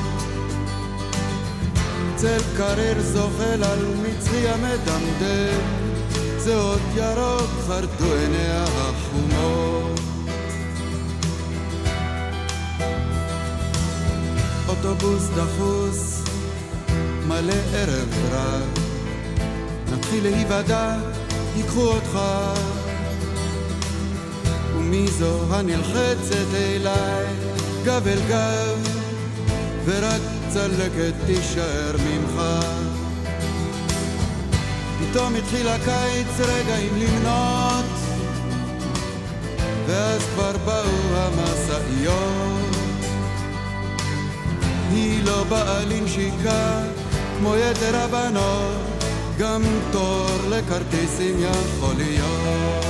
צל קריר זוחל על מצחי המדמדם, זה עוד ירוק חרדו עיניה החומות. אוטובוס דחוס מלא ערב רב, נתחיל להיוודע, ייקחו אותך. ומי זו הנלחצת אליי גב אל גב, ורק צלקת תישאר ממך. פתאום התחיל הקיץ רגעים למנות, ואז כבר באו המסעיות. היא לא באה לנשיקה כמו יתר הבנות, גם תור לכרטיסים יכול להיות.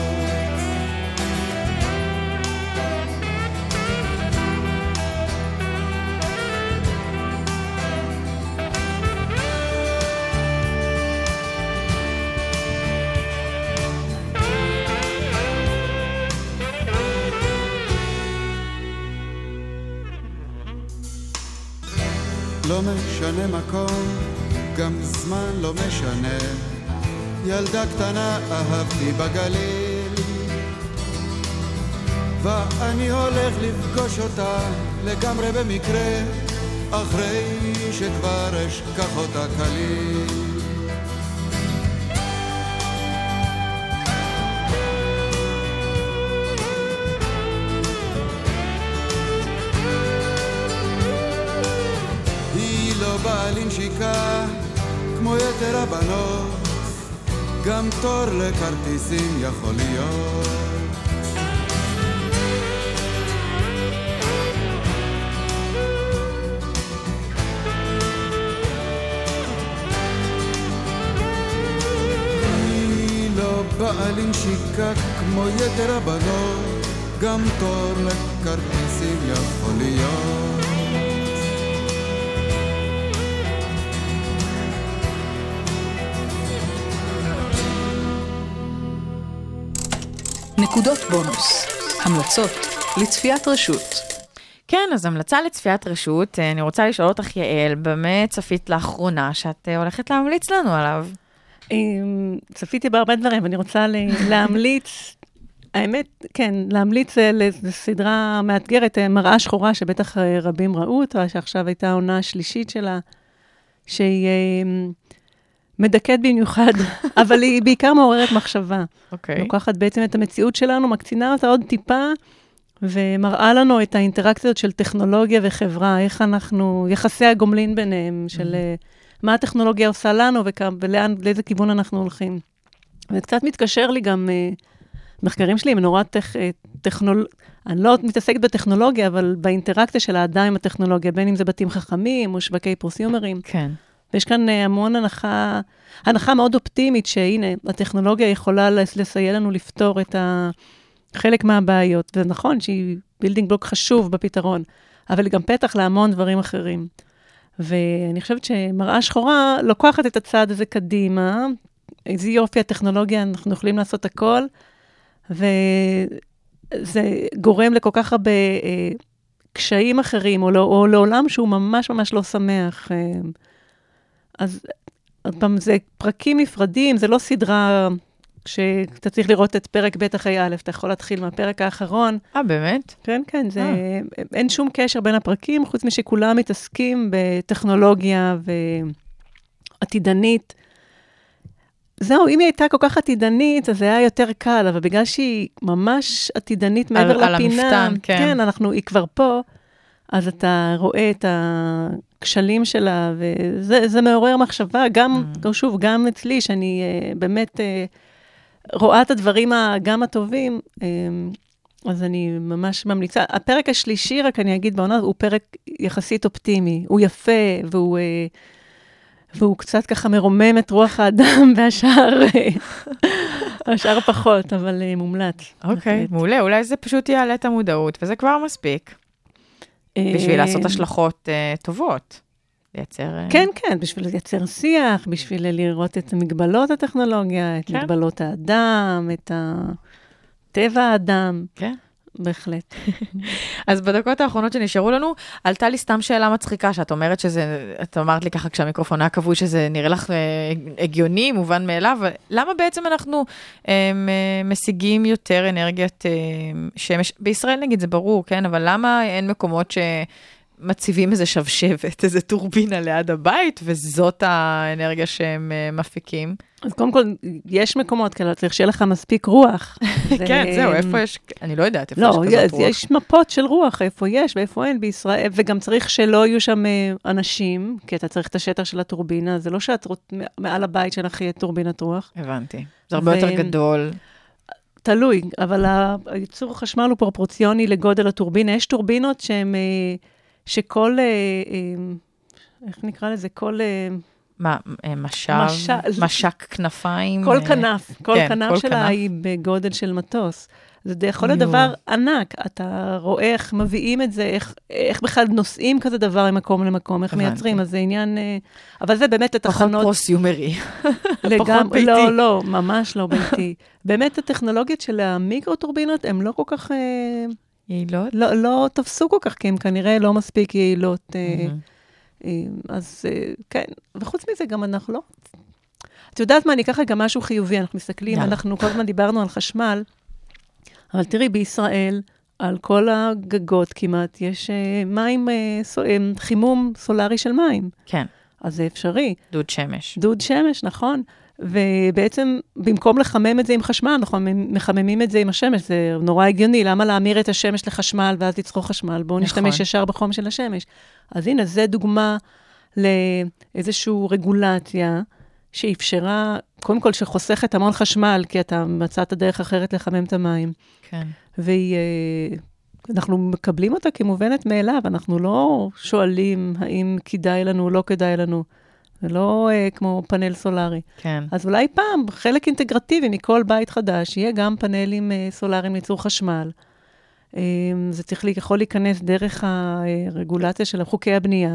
לא משנה מקום, גם זמן לא משנה, ילדה קטנה אהבתי בגליל, ואני הולך לפגוש אותה לגמרי במקרה, אחרי שכבר אשכח אותה כליל. באה לנשיקה כמו יתר הבנות, גם תור לכרטיסים יכול להיות. היא לא באה לנשיקה כמו יתר הבנות, גם תור לכרטיסים יכול להיות. נקודות בונוס, המלצות לצפיית רשות. כן, אז המלצה לצפיית רשות, אני רוצה לשאול אותך יעל, במה צפית לאחרונה שאת הולכת להמליץ לנו עליו? צפיתי בהרבה דברים, ואני רוצה להמליץ, האמת, כן, להמליץ לסדרה מאתגרת, מראה שחורה, שבטח רבים ראו אותה, שעכשיו הייתה העונה השלישית שלה, שהיא מדכאת במיוחד, אבל היא בעיקר מעוררת מחשבה. אוקיי. לוקחת בעצם את המציאות שלנו, מקצינה אותה עוד טיפה, ומראה לנו את האינטראקציות של טכנולוגיה וחברה, איך אנחנו, יחסי הגומלין ביניהם, של מה הטכנולוגיה עושה לנו, ולאיזה כיוון אנחנו הולכים. וזה קצת מתקשר לי גם, מחקרים שלי הם נורא אני לא מתעסקת בטכנולוגיה, אבל באינטראקציה של האדם עם הטכנולוגיה, בין אם זה בתים חכמים או שווקי פרוסיומרים. כן. ויש כאן המון הנחה מאוד אופטימית, שהנה, הטכנולוגיה יכולה לסייע לנו לפתור את חלק מהבעיות. זה נכון שהיא בילדינג בלוק חשוב בפתרון, אבל היא גם פתח להמון דברים אחרים. ואני חושבת שמראה שחורה לוקחת את הצעד הזה קדימה, איזה יופי הטכנולוגיה, אנחנו יכולים לעשות הכל, וזה גורם לכל כך הרבה קשיים אחרים, או לעולם שהוא ממש ממש לא שמח. אז עוד פעם, זה פרקים נפרדים, זה לא סדרה שאתה צריך לראות את פרק ב' אחרי א', אתה יכול להתחיל מהפרק האחרון. באמת? כן, כן, אין שום קשר בין הפרקים, חוץ משכולם מתעסקים בטכנולוגיה ועתידנית. זהו, אם היא הייתה כל כך עתידנית, אז זה היה יותר קל, אבל בגלל שהיא ממש עתידנית מעבר לפינה, על המפתן, כן. כן, היא כבר פה, אז אתה רואה את הכשלים שלה, וזה מעורר מחשבה, גם, שוב, גם אצלי, שאני באמת רואה את הדברים גם הטובים, אז אני ממש ממליצה. הפרק השלישי, רק אני אגיד בעונה, הוא פרק יחסית אופטימי, הוא יפה, והוא קצת ככה מרומם את רוח האדם, והשאר פחות, אבל מומלץ. אוקיי, מעולה, אולי זה פשוט יעלה את המודעות, וזה כבר מספיק. בשביל לעשות השלכות טובות. לייצר... כן, כן, בשביל לייצר שיח, בשביל לראות את מגבלות הטכנולוגיה, את מגבלות האדם, את טבע האדם. כן. בהחלט. אז בדקות האחרונות שנשארו לנו, עלתה לי סתם שאלה מצחיקה, שאת אומרת שזה, את אמרת לי ככה כשהמיקרופון היה כבוי, שזה נראה לך הגיוני, מובן מאליו, למה בעצם אנחנו משיגים יותר אנרגיית שמש? בישראל נגיד זה ברור, כן? אבל למה אין מקומות מציבים איזה שבשבת, איזה טורבינה ליד הבית, וזאת האנרגיה שהם מפיקים? אז קודם כל, יש מקומות כאלה, צריך שיהיה לך מספיק רוח. כן, זהו, איפה יש, אני לא יודעת איפה יש כזאת רוח. יש מפות של רוח, איפה יש ואיפה אין בישראל, וגם צריך שלא יהיו שם אנשים, כי אתה צריך את השטח של הטורבינה, זה לא שאת מעל הבית שלך יהיה טורבינת רוח. הבנתי. זה הרבה יותר גדול. תלוי, אבל הייצור החשמל הוא פרופורציוני לגודל הטורבינה. יש טורבינות שהן... שכל, איך נקרא לזה? כל... מה, משק כנפיים? כל כנף, כל כנף שלה היא בגודל של מטוס. זה יכול להיות דבר ענק. אתה רואה איך מביאים את זה, איך בכלל נוסעים כזה דבר ממקום למקום, איך מייצרים, אז זה עניין... אבל זה באמת התחנות... פחות פרוסיומרי. פחות ביתי. לא, לא, ממש לא ביתי. באמת הטכנולוגיות של המיקרוטורבינות, הן לא כל כך... יעילות? לא תפסו כל כך, כי הן כנראה לא מספיק יעילות. אז כן, וחוץ מזה גם אנחנו לא... את יודעת מה, אני אקח גם משהו חיובי, אנחנו מסתכלים, אנחנו כל הזמן דיברנו על חשמל, אבל תראי, בישראל, על כל הגגות כמעט, יש מים, חימום סולרי של מים. כן. אז זה אפשרי. דוד שמש. דוד שמש, נכון. ובעצם, במקום לחמם את זה עם חשמל, אנחנו מחממים את זה עם השמש, זה נורא הגיוני, למה להמיר את השמש לחשמל, ואז לצרוך חשמל, בואו נשתמש ישר בחום של השמש. אז הנה, זה דוגמה לאיזושהי רגולציה, שאפשרה, קודם כל שחוסכת המון חשמל, כי אתה מצאת דרך אחרת לחמם את המים. כן. אנחנו מקבלים אותה כמובנת מאליו, אנחנו לא שואלים האם כדאי לנו או לא כדאי לנו. זה לא כמו פאנל סולרי. כן. אז אולי פעם, חלק אינטגרטיבי מכל בית חדש, יהיה גם פאנלים סולריים ליצור חשמל. זה יכול להיכנס דרך הרגולציה של חוקי הבנייה.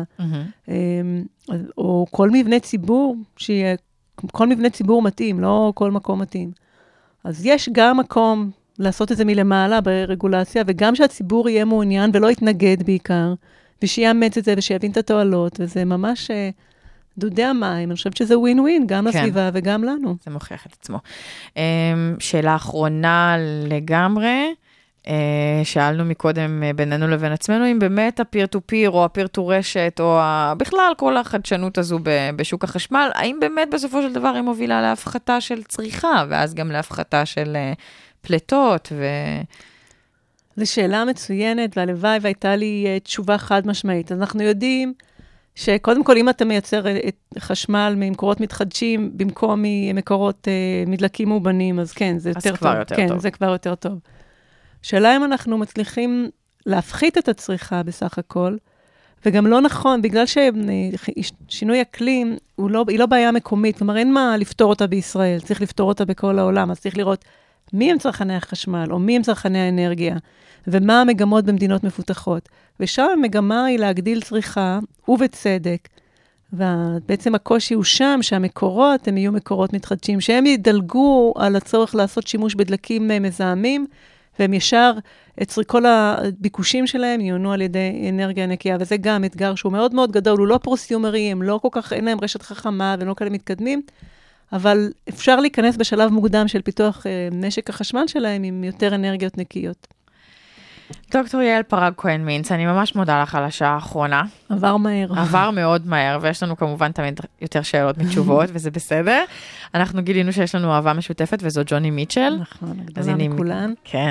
או כל מבנה ציבור, שיהיה, כל מבנה ציבור מתאים, לא כל מקום מתאים. אז יש גם מקום לעשות את זה מלמעלה ברגולציה, וגם שהציבור יהיה מעוניין ולא יתנגד בעיקר, ושיאמץ את זה ושיבין את התועלות, וזה ממש... דודי המים, אני חושבת שזה ווין ווין, גם לסביבה וגם לנו. זה מוכיח את עצמו. שאלה אחרונה לגמרי, שאלנו מקודם בינינו לבין עצמנו, אם באמת הפיר טו פיר או הפיר טו רשת, או בכלל כל החדשנות הזו בשוק החשמל, האם באמת בסופו של דבר היא מובילה להפחתה של צריכה, ואז גם להפחתה של פלטות זו שאלה מצוינת, והלוואי והייתה לי תשובה חד משמעית. אנחנו יודעים שקודם כל, אם אתה מייצר את חשמל ממקורות מתחדשים, במקום ממקורות מדלקים מאובנים, אז כן, זה יותר טוב. כן, זה כבר יותר טוב. שאלה אם אנחנו מצליחים להפחית את הצריכה בסך הכל, וגם לא נכון, בגלל ששינוי אקלים היא לא בעיה מקומית, כלומר אין מה לפתור אותה בישראל, צריך לפתור אותה בכל העולם, אז צריך לראות מי הם צרכני החשמל, או מי הם צרכני האנרגיה, ומה המגמות במדינות מפותחות. ושם המגמה היא להגדיל צריכה, ובצדק. ובעצם הקושי הוא שם, שהמקורות הם יהיו מקורות מתחדשים, שהם ידלגו על הצורך לעשות שימוש בדלקים מזהמים, והם ישר, כל הביקושים שלהם יענו על ידי אנרגיה נקייה, וזה גם אתגר שהוא מאוד מאוד גדול, הוא לא פרוסיומרי, הם לא כל כך, אין להם רשת חכמה, והם לא כאלה מתקדמים, אבל אפשר להיכנס בשלב מוקדם של פיתוח משק החשמל שלהם עם יותר אנרגיות נקיות. דוקטור יעל פרג כהן מינץ, אני ממש מודה לך על השעה האחרונה. עבר מהר. עבר מאוד מהר, ויש לנו כמובן תמיד יותר שאלות מתשובות, וזה בסדר. אנחנו גילינו שיש לנו אהבה משותפת, וזו ג'וני מיטשל. נכון, הגדולה מכולן. כן.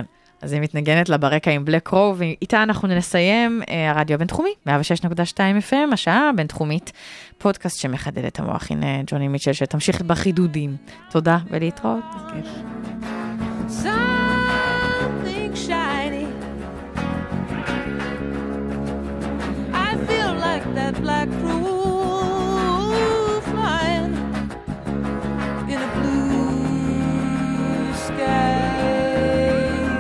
אז היא מתנגנת לה ברקע עם בלק רו, ואיתה אנחנו נסיים הרדיו הבינתחומי, 106.2 FM, השעה הבינתחומית, פודקאסט שמחדד את המוח. הנה ג'וני מיטשל שתמשיך בחידודים. תודה ולהתראות. Something shiny, I feel like that black crow flying in a blue sky.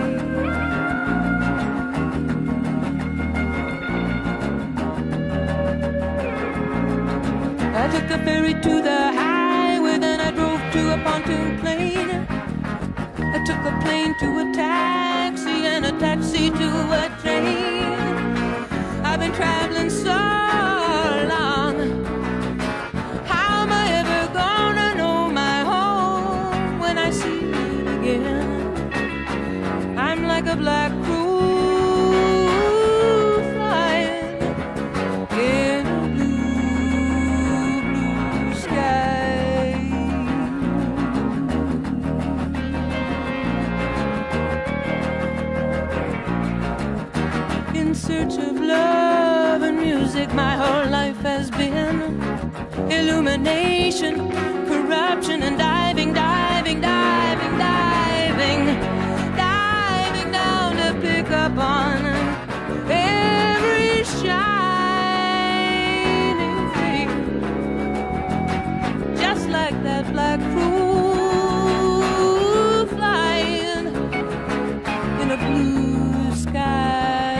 I took the ferry to the highway, then I drove to a pontoon plane. I took a plane to a taxi and a taxi to a train. I've been traveling so long. How am I ever gonna know my home when I see it again? I'm like a black crow flying in a blue, blue sky. In search of love and music, my whole life has been illumination, corruption, and diving, diving, diving, diving, diving down to pick up on every shining thing, just like that black crow flying in a blue sky.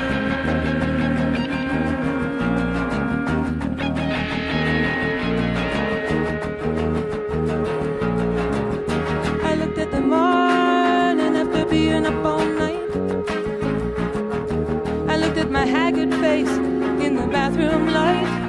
I looked at the morning after being up all night. I looked at my haggard face in the bathroom light.